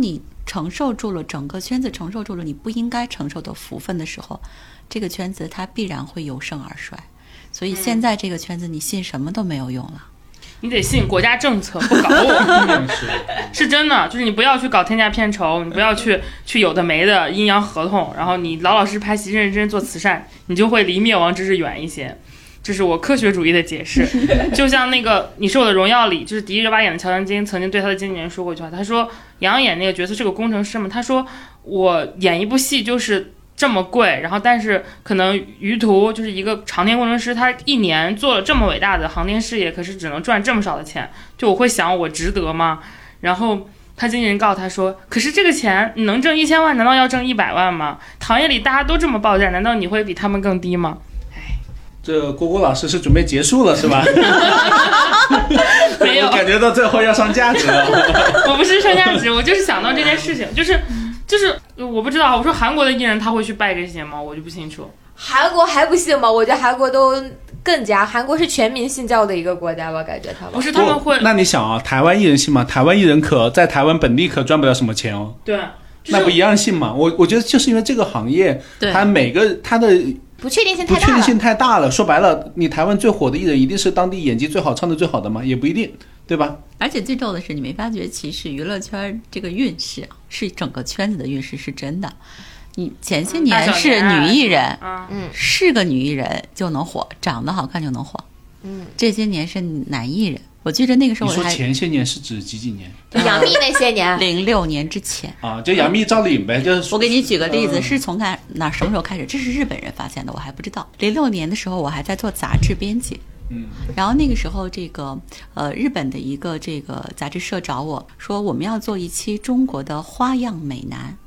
承受住了，整个圈子承受住了你不应该承受的福分的时候，这个圈子它必然会由盛而衰。所以现在这个圈子你信什么都没有用了， 你得信国家政策，不搞我。是真的，就是你不要去搞天价片酬，你不要去有的没的阴阳合同，然后你老老实实拍戏，认真做慈善，你就会离灭亡之日远一些。这是我科学主义的解释。就像那个《你是我的荣耀》里，就是迪丽热巴演的乔丹金曾经对他的经纪人说过一句话，他说杨洋演那个角色是个工程师嘛，他说我演一部戏就是这么贵，然后但是可能于途就是一个航天工程师，他一年做了这么伟大的航天事业，可是只能赚这么少的钱，就我会想我值得吗？然后他经纪人告诉他说，可是这个钱你能挣1000万，难道要挣100万吗？行业里大家都这么报价，难道你会比他们更低吗？ 这郭郭老师是准备结束了是吧？ 没有， 我感觉到最后要上价值了。 我不是上价值，我就是想到这件事情，就是我不知道，我说韩国的艺人他会去拜这些吗？我就不清楚。 韩国还不信吗？我觉得韩国都更加，韩国是全民信教的一个国家吧，感觉他们不是他们会。 那你想啊，台湾艺人信吗？台湾艺人在台湾本地可赚不了什么钱哦。 对， 那不一样信吗？我觉得就是因为这个行业，它的不确定性太大了。说白了，你台湾最火的艺人一定是当地演技最好、唱的最好的吗？也不一定，对吧？ 而且最逗的是，你没发觉其实娱乐圈这个运势啊，是整个圈子的运势是真的。你前些年是女艺人，是个女艺人就能火，长得好看就能火。这些年是男艺人。我记得那个时候你说前些年是指几年？ 就杨幂那些年 ，06年之前啊，就杨幂、赵丽颖呗。就是我给你举个例子，是从什么时候开始？这是日本人发现的，我还不知道。06年的时候，我还在做杂志编辑。然后那个时候，这个日本的一个这个杂志社找我说，我们要做一期中国的花样美男。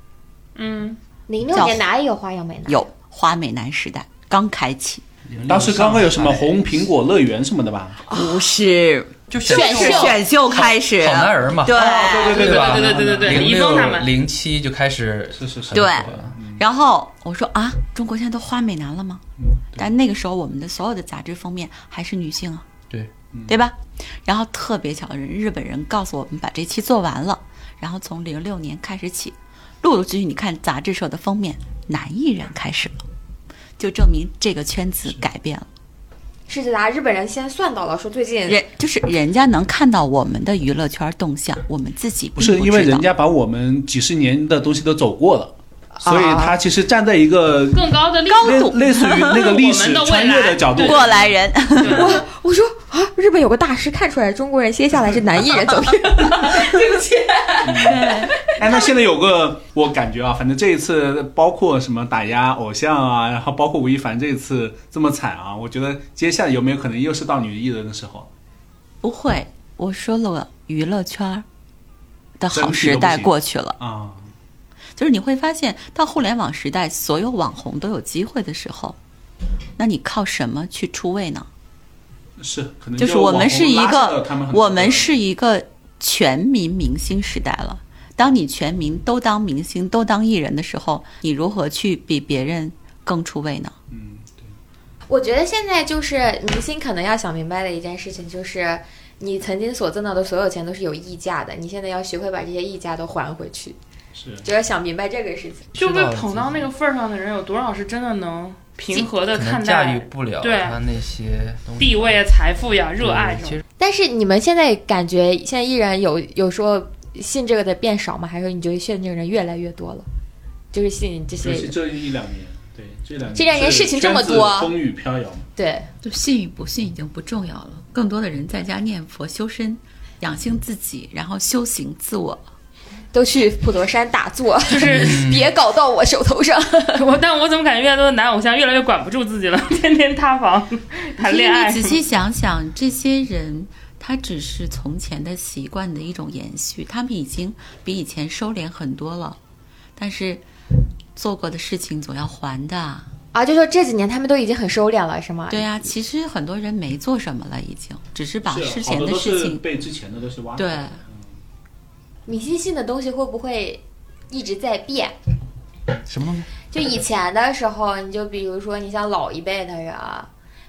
06年哪有花样美男？ 有花美男时代刚开启。 当时刚刚有什么红苹果乐园什么的吧？ 不是， 就选秀开始， 好男人嘛。 对对，李易峰他们 07就开始是对。然后我说啊，中国现在都花美男了吗？但那个时候我们的所有的杂志封面还是女性啊，对吧？然后特别巧的人，日本人告诉我们把这期做完了，然后从06年开始起，陆陆续续你看杂志社的封面，男艺人开始了。就证明这个圈子改变了， 是的，日本人先算到了，说最近就是人家能看到我们的娱乐圈动向，我们自己不是因为人家把我们几十年的东西都走过了，所以他其实站在一个更高的高度， 类似于那个历史穿越的角度， 过来人。 我说啊，日本有个大师看出来中国人接下来是男艺人走偏，对不起。 哎，那现在有个我感觉啊，反正这一次包括什么打压偶像啊，然后包括吴亦凡这一次这么惨啊，我觉得接下来有没有可能又是到女艺人的时候？ 不会，我说了，娱乐圈的好时代过去了啊。 就是你会发现，到互联网时代，所有网红都有机会的时候，那你靠什么去出位呢？ 是，可能就是我们是一个全民明星时代了。当你全民都当明星、都当艺人的时候，你如何去比别人更出位呢？ 对。 我觉得现在就是明星可能要想明白的一件事情，就是你曾经所挣到的所有钱都是有溢价的，你现在要学会把这些溢价都还回去。 是， 就要想明白这个事情。 就被捧到那个份上的人，有多少是真的能平和的看待， 驾驭不了对他那些地位啊、财富呀、热爱这种。 但是你们现在感觉现在艺人有说信这个的变少吗？还是你觉得信这个人越来越多了？就是信这些。 就是这1-2年，对， 这2年事情这么多， 风雨飘摇。 对， 就信与不信已经不重要了，更多的人在家念佛修身，养性自己，然后修行自我。 都去普陀山打坐，就是别搞到我手头上。 但我怎么感觉越来越多的男偶像越来越管不住自己了，天天塌房谈恋爱。 你仔细想想，这些人他只是从前的习惯的一种延续，他们已经比以前收敛很多了，但是做过的事情总要还的啊。就说这几年他们都已经很收敛了，是吗？ 对啊，其实很多人没做什么了，已经只是把之前的事情被之前的东西挖。 对。 明星信的东西会不会一直在变？ 什么东西？ 就以前的时候，你就比如说你像老一辈的人啊，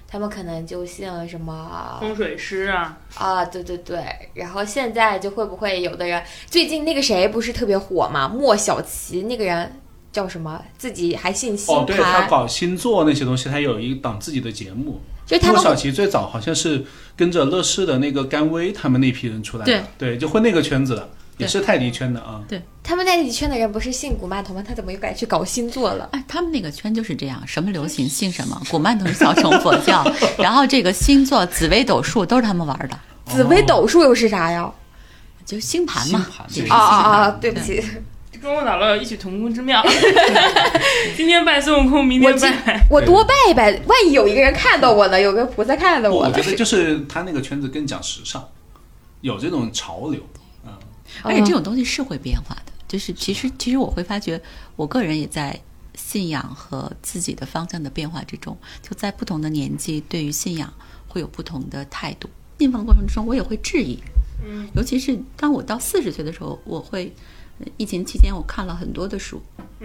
他们可能就信了什么风水师啊， 对对对，然后现在就会不会有的人，最近那个谁不是特别火嘛，莫小琪那个人叫什么，自己还信星盘， 对，他搞星座那些东西，他有一档自己的节目。 就他莫小琪最早好像是跟着乐视的那个甘薇他们那批人出来的，对，就混那个圈子的，也是泰迪圈的啊。 对，他们泰迪圈的人不是信古曼童吗？他怎么又改去搞星座了？ 他们那个圈就是这样，什么流行信什么。古曼童小乘佛教，然后这个星座、紫微斗数都是他们玩的。 紫微斗数又是啥呀？ 就星盘嘛。 对不起。 跟我姥姥有异曲同工之妙。今天拜孙悟空，明天拜我多拜一拜，万一有一个人看到我呢？有个菩萨看到我了。 我觉得就是他那个圈子更讲时尚，有这种潮流。 而且这种东西是会变化的。就是其实我会发觉，我个人也在信仰和自己的方向的变化之中，就在不同的年纪，对于信仰会有不同的态度。信奉的过程之中，我也会质疑。尤其是当我到40岁的时候，我会。疫情期间我看了很多的书，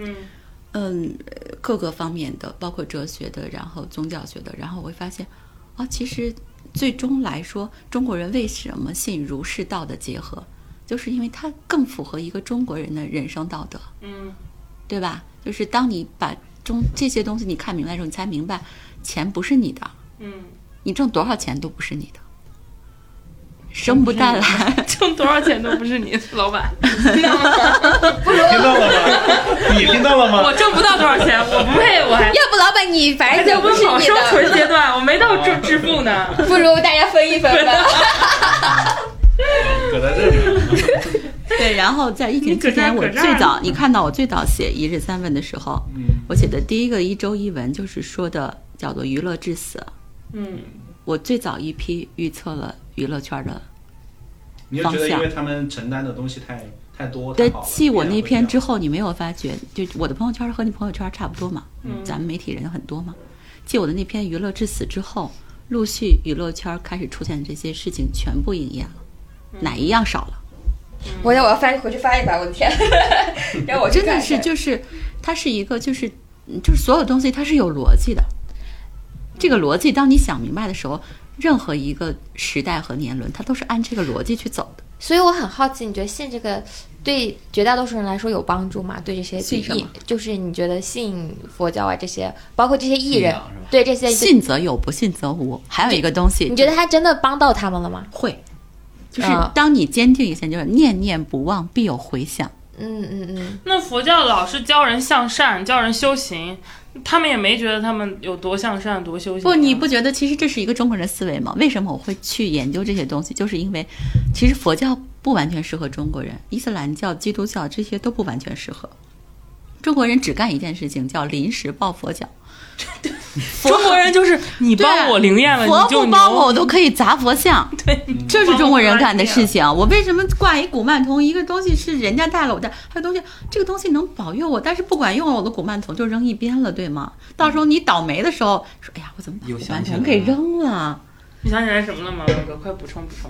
各个方面的，包括哲学的，然后宗教学的，然后我会发现其实最终来说，中国人为什么信儒释道的结合，就是因为它更符合一个中国人的人生道德，对吧？就是当你把这些东西你看明白的时候，你才明白钱不是你的，你挣多少钱都不是你的，生不带来， 挣多少钱都不是你的，老板。 听到了吗？你听到了吗？ 我挣不到多少钱，我不配，我还。 要不老板你反正就不是你的。 生存阶段，我没到致富呢。 不如大家分一分吧。 搁在这里。 对，然后在疫情期间，我最早你看到我最早写一日三问的时候，我写的第一个一周一文就是说的叫做娱乐至死。我最早一批预测了娱乐圈的方向。 你就觉得因为他们承担的东西太多对，继我那篇之后，你没有发觉，就我的朋友圈和你朋友圈差不多嘛，咱们媒体人很多嘛。继我的那篇娱乐至死之后，陆续娱乐圈开始出现的这些事情全部应验了，哪一样少了？ 我要回去翻一翻，我的天！让我真的是就是它是一个就是所有东西它是有逻辑的。这个逻辑，当你想明白的时候，任何一个时代和年轮，它都是按这个逻辑去走的。 所以我很好奇，你觉得信这个对绝大多数人来说有帮助吗？对这些信什么？ 就是你觉得信佛教啊这些，包括这些艺人，对这些信则有，不信则无。还有一个东西， 你觉得他真的帮到他们了吗？ 会，就是当你坚定一些，就是念念不忘，必有回响。 那佛教老是教人向善，教人修行。他们也没觉得他们有多向善多修行。 不，你不觉得其实这是一个中国人思维吗？为什么我会去研究这些东西，就是因为其实佛教不完全适合中国人，伊斯兰教、基督教这些都不完全适合中国人，只干一件事情叫临时抱佛脚。 中国人就是你帮我灵验了， 佛你就不帮我都可以砸佛像。 对， 这是中国人干的事情。我为什么挂一古曼童？一个东西是人家带了我带，还有东西这个东西能保佑我，但是不管用了，我的古曼童就扔一边了，对吗？到时候你倒霉的时候说，哎呀，我怎么把古曼童给扔了？ 你想起来什么了吗？文哥，快补充补充。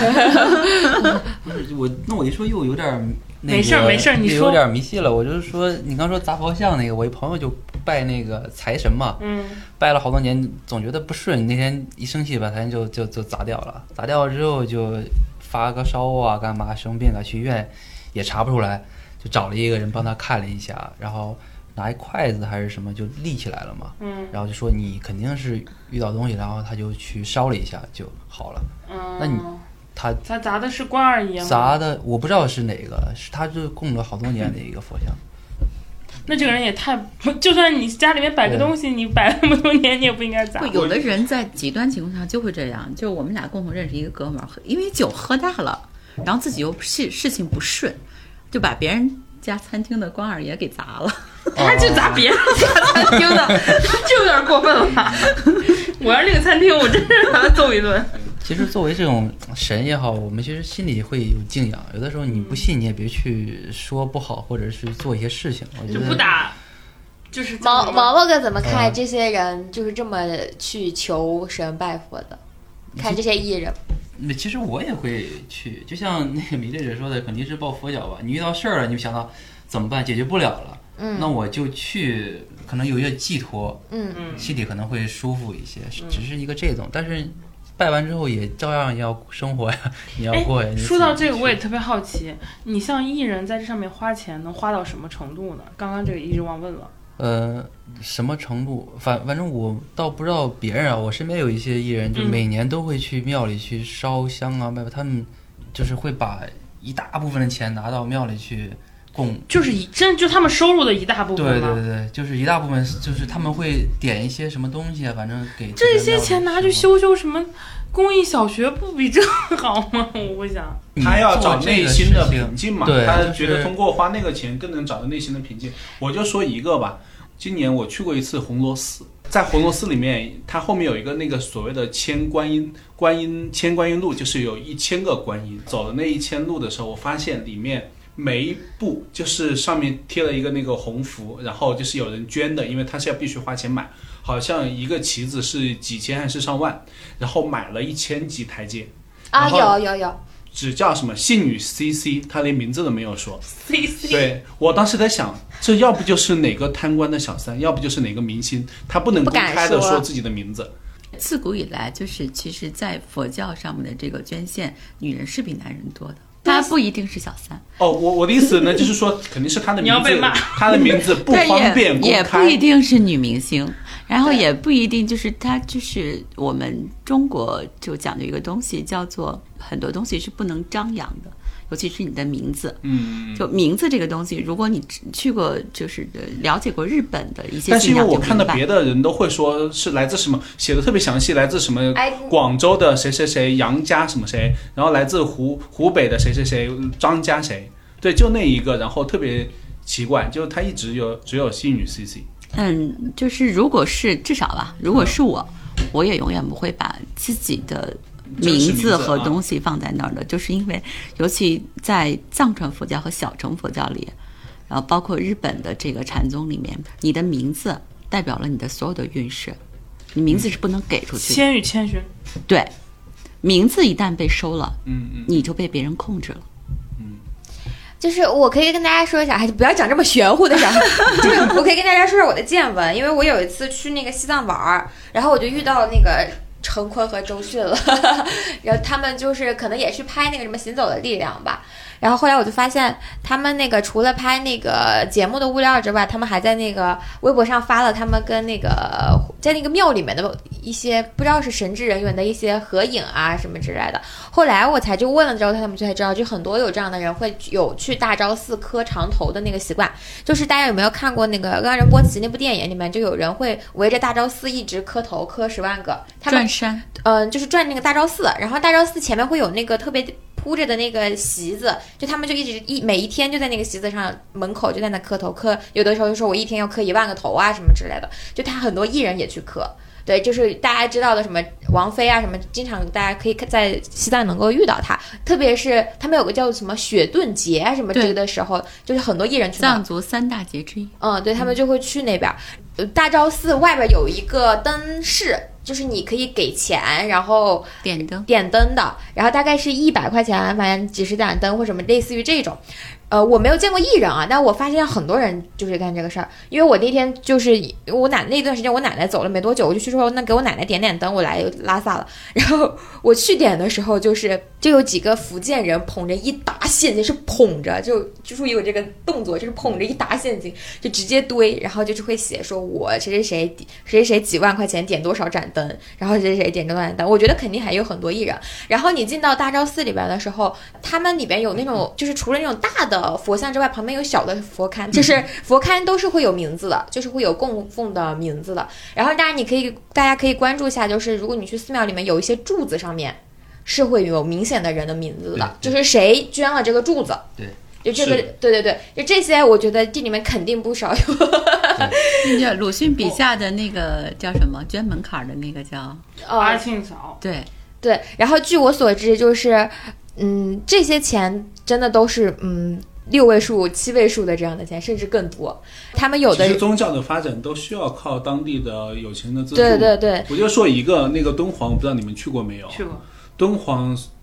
我一说又有点没事，你说有点迷信了。我就是说，你刚说砸佛像那个，我一朋友就拜那个财神嘛，拜了好多年，总觉得不顺。那天一生气把财神就砸掉了，砸掉之后就发个烧啊，干嘛生病了去医院也查不出来，就找了一个人帮他看了一下，然后拿一筷子还是什么就立起来了嘛，然后就说你肯定是遇到东西，然后他就去烧了一下就好了。那你他砸的是关二爷吗？ 砸的我不知道是哪个，是他就供了好多年的一个佛像。 那这个人也太，就算你家里面摆个东西，你摆了那么多年，你也不应该砸。 有的人在极端情况下就会这样，就我们俩共同认识一个哥们儿，因为酒喝大了，然后自己又事情不顺，就把别人家餐厅的关二爷给砸了。 他就砸别人家餐厅的，这有点过分了吧？我要是那个餐厅，我真是把他揍一顿。 其实作为这种神也好，我们其实心里会有敬仰。有的时候你不信，你也别去说不好，或者是做一些事情。我觉得就不打，就是毛毛哥怎么看这些人就是这么去求神拜佛的？看这些艺人。 其实我也会去，就像那个米粒姐说的，肯定是抱佛脚吧。你遇到事儿了，你就想到怎么办，解决不了了， 那我就去，可能有一个寄托，心里可能会舒服一些，只是一个这种，但是拜完之后也照样要生活呀，你要过呀。 说到这个，我也特别好奇，你像艺人在这上面花钱能花到什么程度呢？刚刚这个一直忘问了。 什么程度？反正我倒不知道别人啊，我身边有一些艺人，就每年都会去庙里去烧香啊，他们就是会把一大部分的钱拿到庙里去供， 就是就他们收入的一大部分吗？ 对，就是一大部分，就是他们会点一些什么东西啊，反正给这些钱拿去修什么公益小学，不比这好吗？我会想， 他要找内心的平静嘛， 对， 他觉得通过花那个钱更能找到内心的平静。我就说一个吧，今年我去过一次红螺寺，在红螺寺里面，它后面有一个那个所谓的千观音路，就是有1000个观音。走的那1000路的时候，我发现里面每一步就是上面贴了一个那个红符，然后就是有人捐的，因为他是要必须花钱买，好像一个旗子是几千还是上万，然后买了1000级台阶啊，有， 只叫什么信女 CC， 他连名字都没有说。 CC， 对，我当时在想，这要不就是哪个贪官的小三，要不就是哪个明星，他不能公开的说自己的名字。 自古以来，就是其实，在佛教上面的这个捐献，女人是比男人多的。他不一定是小三哦，我的意思呢，就是说肯定是他的名字， 你要被骂， 他的名字不方便公开， 也不一定是女明星，然后也不一定就是他，就是我们中国就讲究一个东西，叫做很多东西是不能张扬的。尤其是你的名字，就名字这个东西，如果你去过，就是了解过日本的一些信仰， 但是因为我看到别的人都会说是来自什么，写的特别详细，来自什么广州的谁谁谁杨家什么谁，然后来自湖北的谁谁谁张家谁，对，就那一个，然后特别奇怪，就他一直只有信女 CC。 就是如果是至少吧，如果是我也永远不会把自己的名字和东西放在那儿的，就是因为尤其在藏传佛教和小乘佛教里，然后包括日本的这个禅宗里面，你的名字代表了你的所有的运势，你名字是不能给出去的。 千与千寻， 对，名字一旦被收了，你就被别人控制了。 就是我可以跟大家说一下，还是不要讲这么玄乎的事儿。就是我可以跟大家说说我的见闻，因为我有一次去那个西藏玩，然后我就遇到那个陈坤和周迅了，然后他们就是可能也去拍那个什么行走的力量吧。然后后来我就发现，他们那个除了拍那个节目的物料之外，他们还在那个微博上发了他们跟那个在那个庙里面的一些不知道是神职人员的一些合影啊什么之类的。后来我就问了之后，他们就才知道，就很多有这样的人会有去大昭寺磕长头的那个习惯。就是大家有没有看过那个《冈仁波齐》那部电影里面，就有人会围着大昭寺一直磕头，磕10万个。他们转山， 就是转那个大昭寺，然后大昭寺前面会有那个特别铺着的那个席子，就他们就每一天就在那个席子上门口就在那磕头，有的时候就说我一天要磕1万个头啊什么之类的，就他很多艺人也去磕。对，就是大家知道的什么王菲啊什么，经常大家可以在西藏能够遇到她，特别是他们有个叫什么雪顿节啊什么这个的时候，就是很多艺人去藏族3大节之一。 对，他们就会去那边。大昭寺外边有一个灯饰，就是你可以给钱，然后点灯的，然后大概是100块钱，反正几十盏灯或什么类似于这种。我没有见过艺人啊，但我发现很多人就是干这个事儿。因为我那天就是我那段时间我奶奶走了没多久，我就去说那给我奶奶点灯，我来拉萨了。然后我去点的时候，就有几个福建人捧着一沓现金，是捧着就注意有这个动作，就是捧着一沓现金就直接堆，然后就是会写说我谁谁几万块钱点多少盏灯，然后谁谁点多少盏灯。我觉得肯定还有很多艺人。然后你进到大昭寺里边的时候，他们里边有那种就是除了那种大的佛像之外，旁边有小的佛龛，就是佛龛都是会有名字的，就是会有供奉的名字的。然后大家可以关注一下，就是如果你去寺庙里面有一些柱子上面是会有明显的人的名字的，就是谁捐了这个柱子。 对。 就这个，对，就这些，我觉得这里面肯定不少有。 那叫鲁迅笔下的那个叫什么捐门槛的那个叫阿庆嫂。 对，然后据我所知，就是这些钱真的都是6位数、7位数的这样的钱，甚至更多。他们有的其实宗教的发展都需要靠当地的有钱的资助。 对， 我就说一个那个敦煌，不知道你们去过没有？ 去过。 敦煌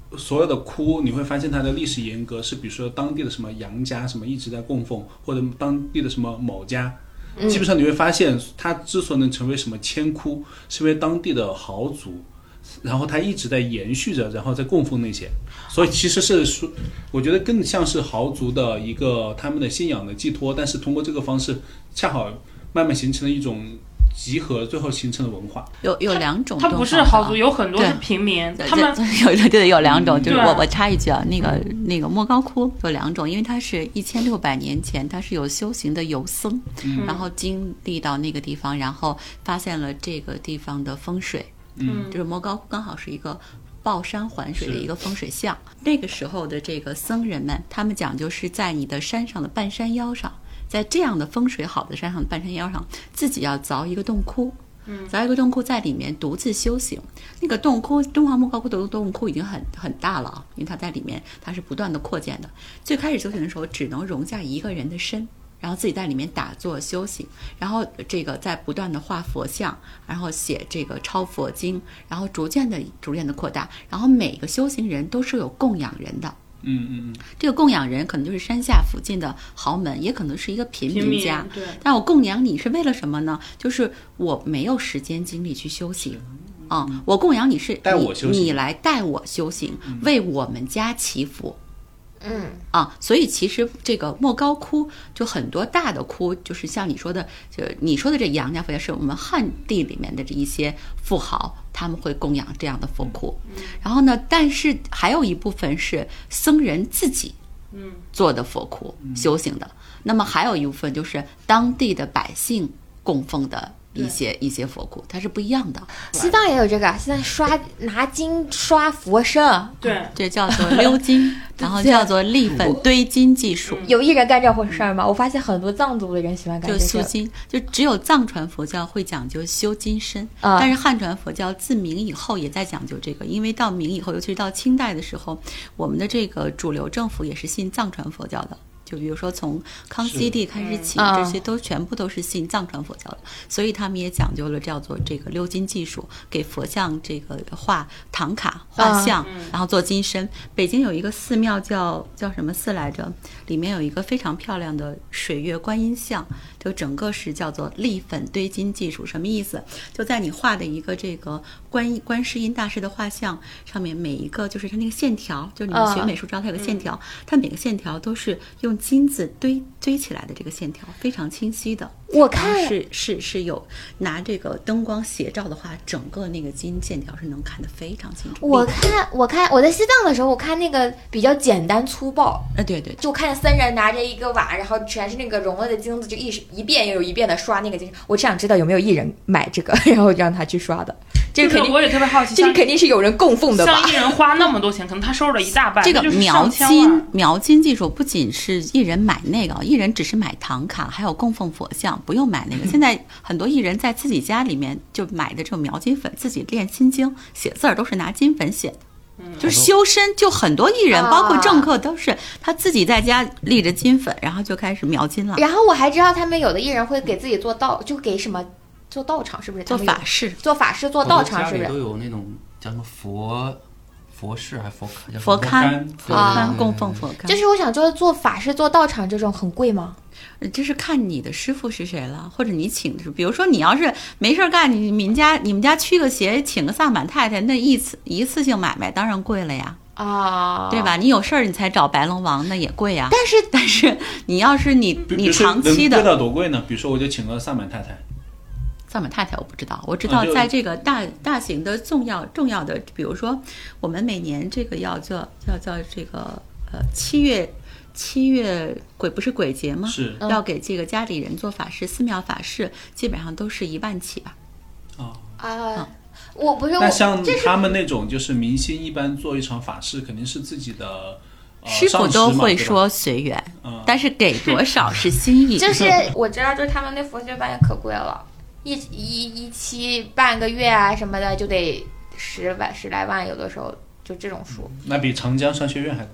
所有的窟，你会发现它的历史沿革是，比如说当地的什么杨家什么一直在供奉，或者当地的什么某家，基本上你会发现，它之所以能成为什么千窟，是因为当地的豪族，然后它一直在延续着，然后在供奉那些，所以其实是我觉得更像是豪族的一个他们的信仰的寄托，但是通过这个方式，恰好慢慢形成了一种集合，最后形成了文化。 有两种， 它不是豪族，有很多是平民，他们有两种，就是我插一句啊，那个莫高窟有两种，因为它是1600年前，它是有修行的游僧，然后经历到那个地方，然后发现了这个地方的风水，就是莫高窟刚好是一个抱山环水的一个风水象。那个时候的这个僧人们，他们讲究是在你的山上的半山腰上，在这样的风水好的山上的半山腰上，自己要凿一个洞窟，凿一个洞窟，在里面独自修行。那个洞窟，敦煌莫高窟的洞窟已经很大了，因为它在里面它是不断的扩建的。最开始修行的时候，只能容下一个人的身，然后自己在里面打坐修行，然后这个在不断的画佛像，然后写这个抄佛经，然后逐渐的扩大，然后每个修行人都是有供养人的。这个供养人可能就是山下附近的豪门，也可能是一个贫民家。 对， 但我供养你是为了什么呢？就是我没有时间精力去修行我供养你是你来带我修行，为我们家祈福。所以其实这个莫高窟就很多大的窟，就是像你说的，就你说的这杨家佛教是我们汉地里面的这一些富豪，他们会供养这样的佛窟。然后呢，但是还有一部分是僧人自己做的佛窟修行的，那么还有一部分就是当地的百姓供奉的一些佛窟，它是不一样的。 西藏也有这个，西藏拿金刷佛身， 对， 这叫做鎏金，然后叫做立粉堆金技术。 有艺人干这回事吗？我发现很多藏族的人喜欢干这个。 就修金，就只有藏传佛教会讲究修金身，但是汉传佛教自明以后也在讲究这个，因为到明以后，尤其是到清代的时候，我们的这个主流政府也是信藏传佛教的。就比如说从康熙帝开始起，这些都全部都是信藏传佛教的，所以他们也讲究了叫做这个鎏金技术，给佛像这个画唐卡、画像，然后做金身。北京有一个寺庙叫什么寺来着？里面有一个非常漂亮的水月观音像，就整个是叫做立粉堆金技术。什么意思？就在你画的一个这个观世音大师的画像上面，每一个就是它那个线条，就是你们学美术知道它有个线条，它每个线条都是用金子堆起来的，这个线条非常清晰的。 我看是有拿这个灯光斜照的话，整个那个金线条是能看得非常清楚。 我看我在西藏的时候，我看那个比较简单粗暴， 对， 就看僧人拿着一个碗，然后全是那个融了的金子，就一遍又一遍的刷那个金。我只想知道有没有艺人买这个，然后让他去刷的。这个肯定， 我也特别好奇， 这个肯定是有人供奉的吧？ 像艺人花那么多钱，可能他收了一大半。 这个描金技术不仅是艺人买那个，艺人只是买唐卡，还有供奉佛像，不用买那个。现在很多艺人在自己家里面就买的这种描金粉，自己练心经、写字儿都是拿金粉写的。就是修身，就很多艺人，包括政客，都是他自己在家立着金粉，然后就开始描金了。 然后我还知道他们有的艺人会给自己做道，就给什么做道场，是不是？ 做法事、 做道场，是不是？ 都有那种叫什么佛事还是佛龛供奉佛龛。 就是我想说，做法事、做道场这种很贵吗？ 这是看你的师傅是谁了，或者你请的是，比如说你要是没事干，你们家驱个邪，请个萨满太太，那一次性买卖当然贵了呀，对吧？你有事儿你才找白龙王，那也贵呀。但是你要是你长期的， 贵到多贵呢？比如说我就请个萨满太太。 萨满太太我不知道，我知道在这个大型的重要的，比如说我们每年这个要叫这个七月不是鬼节吗？ 是要给这个家里人做法事，寺庙法事基本上都是1万起吧。 我不是。 那像他们那种就是明星一般做一场法事，肯定是自己的师傅都会说随缘，但是给多少是心意。 就是我知道，就是他们那佛学班也可贵了，一期半个月啊什么的就得10来万，有的时候就这种数。 那比长江商学院还贵呢。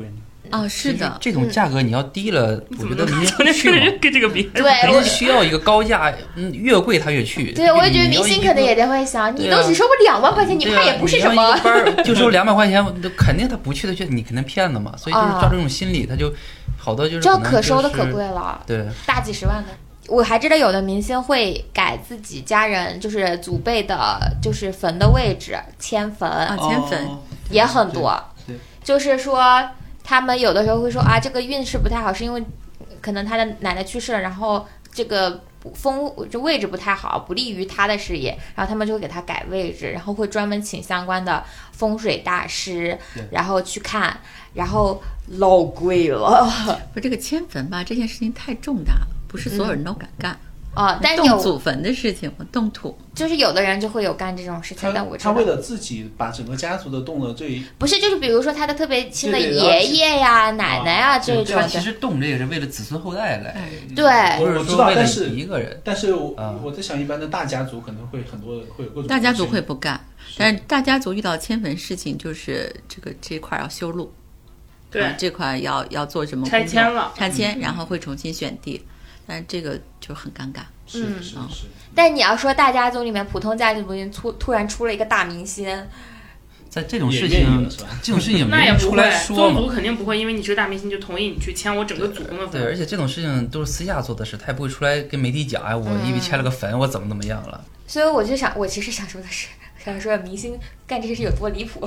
是的， 这种价格你要低了，我觉得明星去嘛， 跟这个比， 对， 我需要一个高价，越贵他越去。 对，我也觉得明星可能也得会想，你都只收我2万块钱，你怕也不是什么。 一班就收200块钱，肯定他不去的，你肯定骗的嘛。所以就是照这种心理，他就好多就是这可收的可贵了， 对， 大几十万的。我还知道有的明星会改自己家人就是祖辈的，就是坟的位置，迁坟迁坟也很多。就是说他们有的时候会说啊，这个运势不太好，是因为可能他的奶奶去世了，然后这个这位置不太好，不利于他的事业，然后他们就会给他改位置，然后会专门请相关的风水大师，然后去看，然后老贵了。 不，这个迁坟吧，这件事情太重大了，不是所有人都敢干。 但是动祖坟的事情，动土， 就是有的人就会有干这种事情，但我知道他为了自己把整个家族的动了最不是，就是比如说他的特别亲的爷爷呀、奶奶呀这种的。 其实动这个是为了子孙后代来， 对， 我知道，但是一个人， 但是我在想，一般的大家族可能会很多会有各种大家族会不干，但是大家族遇到迁坟事情，就是这块要修路， 对， 这块要做什么拆迁了， 拆迁，然后会重新选地。但这个就很尴尬， 是。 但你要说大家族里面普通家族里面突然出了一个大明星， 在这种事情那也不会， 宗族肯定不会因为你是个大明星就同意你去迁我整个祖宗的坟。 对，而且这种事情都是私下做的事，他也不会出来跟媒体讲，我因为迁了个坟，我怎么样了。 所以我其实想说的是，想说明星干这个事有多离谱。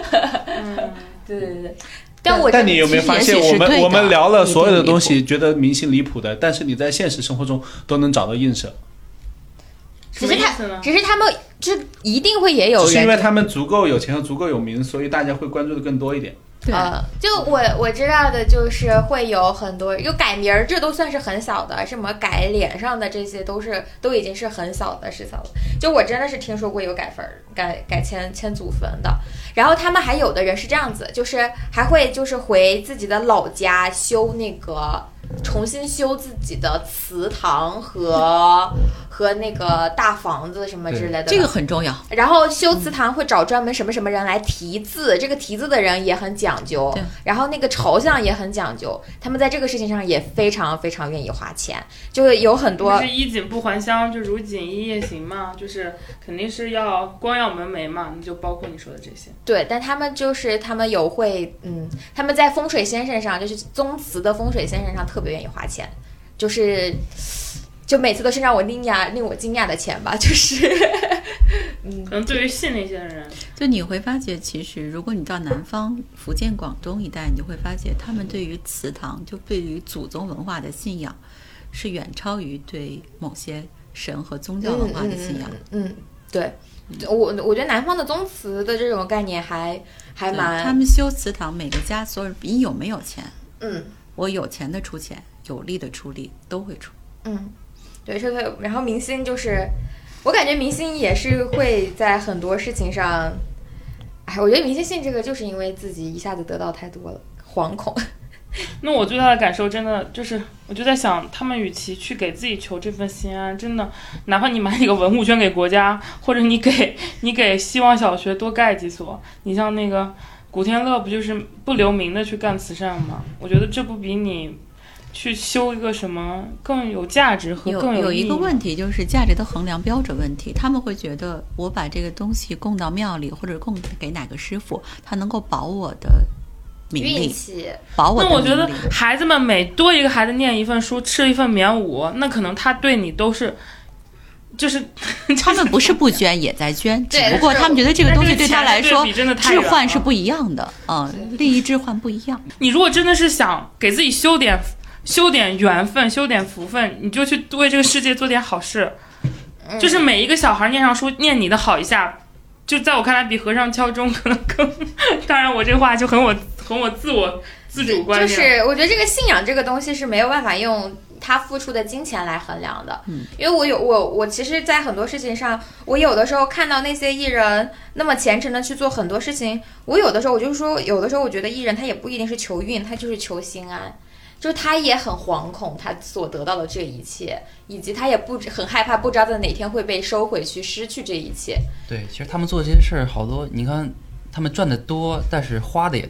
对。 但你有没有发现，我们聊了所有的东西，觉得明星离谱的，但是你在现实生活中都能找到映射。 只是他们就一定会也有人， 是因为他们足够有钱和足够有名，所以大家会关注的更多一点。 就我知道的就是会有很多有改名儿，这都算是很小的，什么改脸上的这些都已经是很小的事情了。就我真的是听说过有改迁祖坟的，然后他们还有的人是这样子，就是还会就是回自己的老家重新修自己的祠堂和那个大房子什么之类的， 这个很重要。 然后修祠堂会找专门什么什么人来题字，这个题字的人也很讲究，然后那个朝向也很讲究，他们在这个事情上也非常非常愿意花钱，就有很多。 就是衣锦不还乡，就如锦衣夜行嘛，就是肯定是要光耀门楣嘛，就包括你说的这些。 对，但他们有会他们在风水先生上，就是宗祠的风水先生上特别愿意花钱，就每次都是让我令我惊讶的钱吧，就是可能对于信那些人， 就你会发觉，其实如果你到南方福建广东一带，你就会发现他们对于祠堂，就对于祖宗文化的信仰是远超于对某些神和宗教文化的信仰。 对，我觉得南方的宗祠的这种概念还蛮， 他们修祠堂，每个家所有人，你有没有钱，我有钱的出钱，有力的出力，都会出。 对，然后明星就是我感觉明星也是会在很多事情上，我觉得明星信这个就是因为自己一下子得到太多了，惶恐。 那我最大的感受真的就是，我就在想，他们与其去给自己求这份心安，真的，哪怕你买几个文物捐给国家，或者你给希望小学多盖几所，你像那个古天乐不就是不留名的去干慈善吗？我觉得这不比你去修一个什么更有价值和更有意义。 一个问题就是价值的衡量标准问题，他们会觉得我把这个东西供到庙里或者供给哪个师傅，他能够保我的名利，保我的名利。 那我觉得孩子们每多一个孩子念一份书，吃一份棉捂，那可能他对你都是。就是他们不是不捐也在捐，只不过他们觉得这个东西对他来说置换是不一样的，利益置换不一样。 你如果真的是想给自己修点缘分，修点福分，你就去为这个世界做点好事。就是每一个小孩念上书，念你的好一下，就在我看来比和尚敲钟可能更。当然，我这话就很我自主观念。 就是我觉得这个信仰这个东西是没有办法用他付出的金钱来衡量的。因为我其实，在很多事情上，我有的时候看到那些艺人那么虔诚的去做很多事情，我有的时候我就是说，有的时候我觉得艺人他也不一定是求运，他就是求心安。就是他也很惶恐，他所得到的这一切，以及他也很害怕，不知道在哪天会被收回去，失去这一切。 对，其实他们做这些事儿，好多你看，他们赚的多，但是花的也多。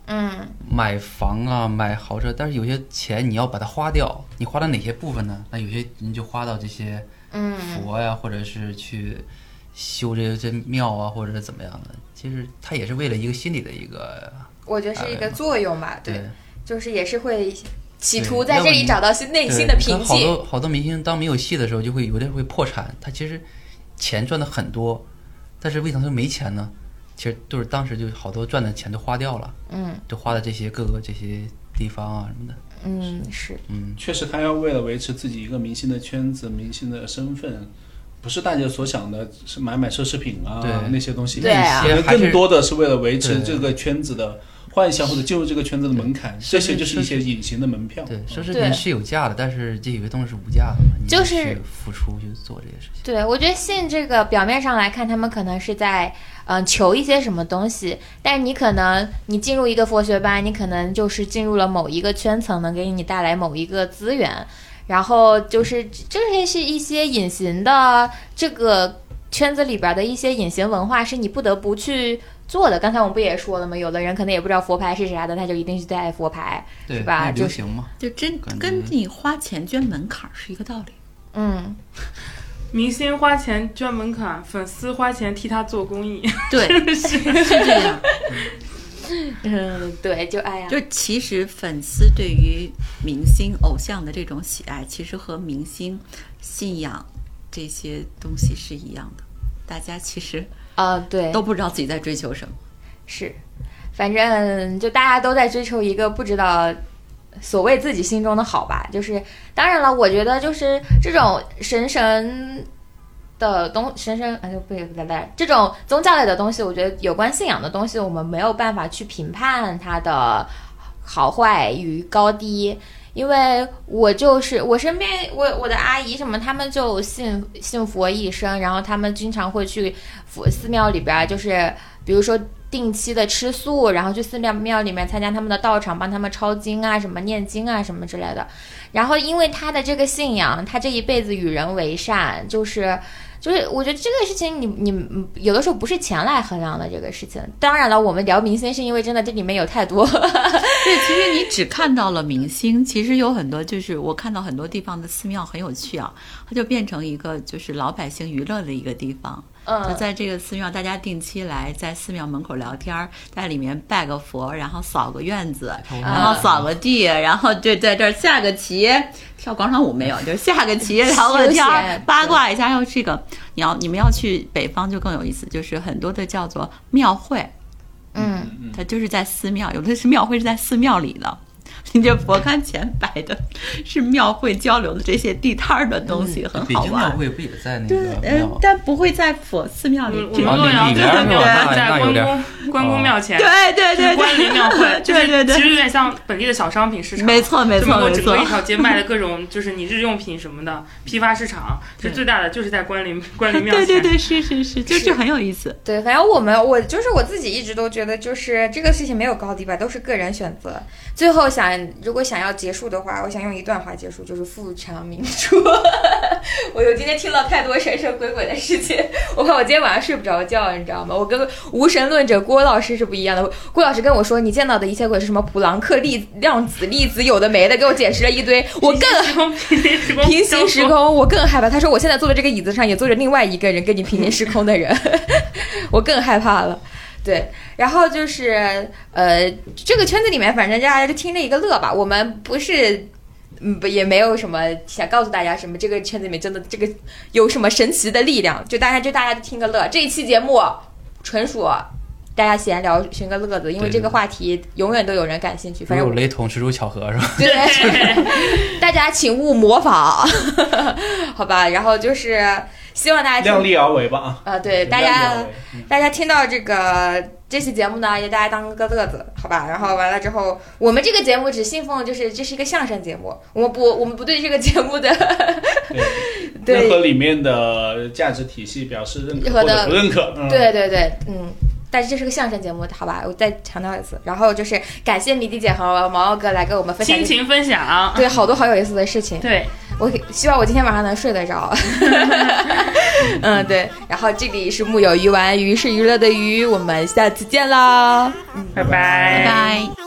买房啊，买豪车，但是有些钱你要把它花掉，你花到哪些部分呢？那有些人就花到这些佛呀，或者是去修这些庙啊，或者是怎么样的。其实它也是为了一个心理的一个， 我觉得是一个作用吧，对，就是也是会企图在这里找到内心的平静。 好多明星当没有戏的时候，就会有点会破产。他其实钱赚的很多，但是为什么没钱呢？其实都是当时就好多赚的钱都花掉了，都花在这些各个这些地方啊什么的。 是， 确实他要为了维持自己一个明星的圈子、明星的身份，不是大家所想的是买奢侈品啊那些东西， 对啊， 更多的是为了维持这个圈子的幻想或者进入这个圈子的门槛，这些就是一些隐形的门票。 对，奢侈品是有价的，但是这有些东西是无价的嘛，你就是付出去做这些事情。 对，我觉得性这个表面上来看，他们可能是在求一些什么东西，但是你可能你进入一个佛学班，你可能就是进入了某一个圈层，能给你带来某一个资源，然后就是这些是一些隐形的这个圈子里边的一些隐形文化，是你不得不去做的。刚才我们不也说了吗？有的人可能也不知道佛牌是啥的，他就一定是在爱佛牌，是吧？ 流行嘛， 就跟你花钱捐门槛是一个道理。 明星花钱捐门槛，粉丝花钱替他做公益， 对，是这样。 对，就爱呀。 就其实粉丝对于明星偶像的这种喜爱，其实和明星信仰这些东西是一样的。大家其实对， 都不知道自己在追求什么。 是，反正就大家都在追求一个不知道所谓自己心中的好吧。就是当然了，我觉得就是这种神的这种宗教类的东西，我觉得有关信仰的东西，我们没有办法去评判它的好坏与高低。因为我身边我的阿姨什么，他们就信佛一生，然后他们经常会去寺庙里边，就是比如说定期的吃素，然后去寺庙里面参加他们的道场，帮他们抄经啊，什么念经啊，什么之类的。然后因为他的这个信仰，他这一辈子与人为善，就是我觉得这个事情你有的时候不是钱来衡量的这个事情。当然了，我们聊明星是因为真的这里面有太多对，其实你只看到了明星，其实有很多，就是我看到很多地方的寺庙很有趣啊，它就变成一个就是老百姓娱乐的一个地方。就在这个寺庙，大家定期来在寺庙门口聊天，在里面拜个佛，然后扫个院子，然后扫个地，然后对在这儿下个棋，跳广场舞没有，就下个棋，聊个天，八卦一下。要这个你们要去北方就更有意思，就是很多的叫做庙会，它就是在寺庙，有的是庙会是在寺庙里的。你这佛龛前摆的是庙会交流的这些地摊的东西，很好玩。 北京庙会不也在那个庙？ 但不会在寺庙里。 我们洛阳最后庙在关公庙前， 对， 关林庙会， 对， 其实有点像本地的小商品市场。 没错。 整个一条街卖的各种就是你日用品什么的批发市场，是最大的，就是在关林庙前。 对，是，就是很有意思。 对，反正我就是我自己一直都觉得，就是这个事情没有高低吧，都是个人选择。最后如果想要结束的话，我想用一段话结束，就是父强民主。我今天听了太多神神鬼鬼的事情，我怕我今天晚上睡不着觉，你知道吗？我跟无神论者郭老师是不一样的。郭老师跟我说，你见到的一切鬼是什么普朗克量子粒子有的没的，给我解释了一堆。我更平行时空，我更害怕。他说我现在坐的这个椅子上也坐着另外一个人跟你平行时空的人，我更害怕了。对，然后就是这个圈子里面，反正大家就听了一个乐吧。我们不是也没有什么想告诉大家什么，这个圈子里面真的这个有什么神奇的力量，就大家听个乐。这一期节目纯属大家闲聊寻个乐子，因为这个话题永远都有人感兴趣。反正有雷同，实属巧合，是吧？ 对，大家请勿模仿，好吧？然后就是希望大家量力而为吧对，大家听到这期节目呢，也大家当个乐子，好吧？然后完了之后，我们这个节目只信奉就是这是一个相声节目，我们不对这个节目的对任何里面的价值体系表示认可或者不认可。 对，但是这是个相声节目，好吧？我再强调一次。然后就是感谢迷弟姐和毛哥来跟我们分享亲情分享， 对，好多好有意思的事情。 对， 我希望我今天晚上能睡得着。对。然后这里是木有鱼丸，鱼是娱乐的鱼，我们下次见啦， 拜拜拜拜。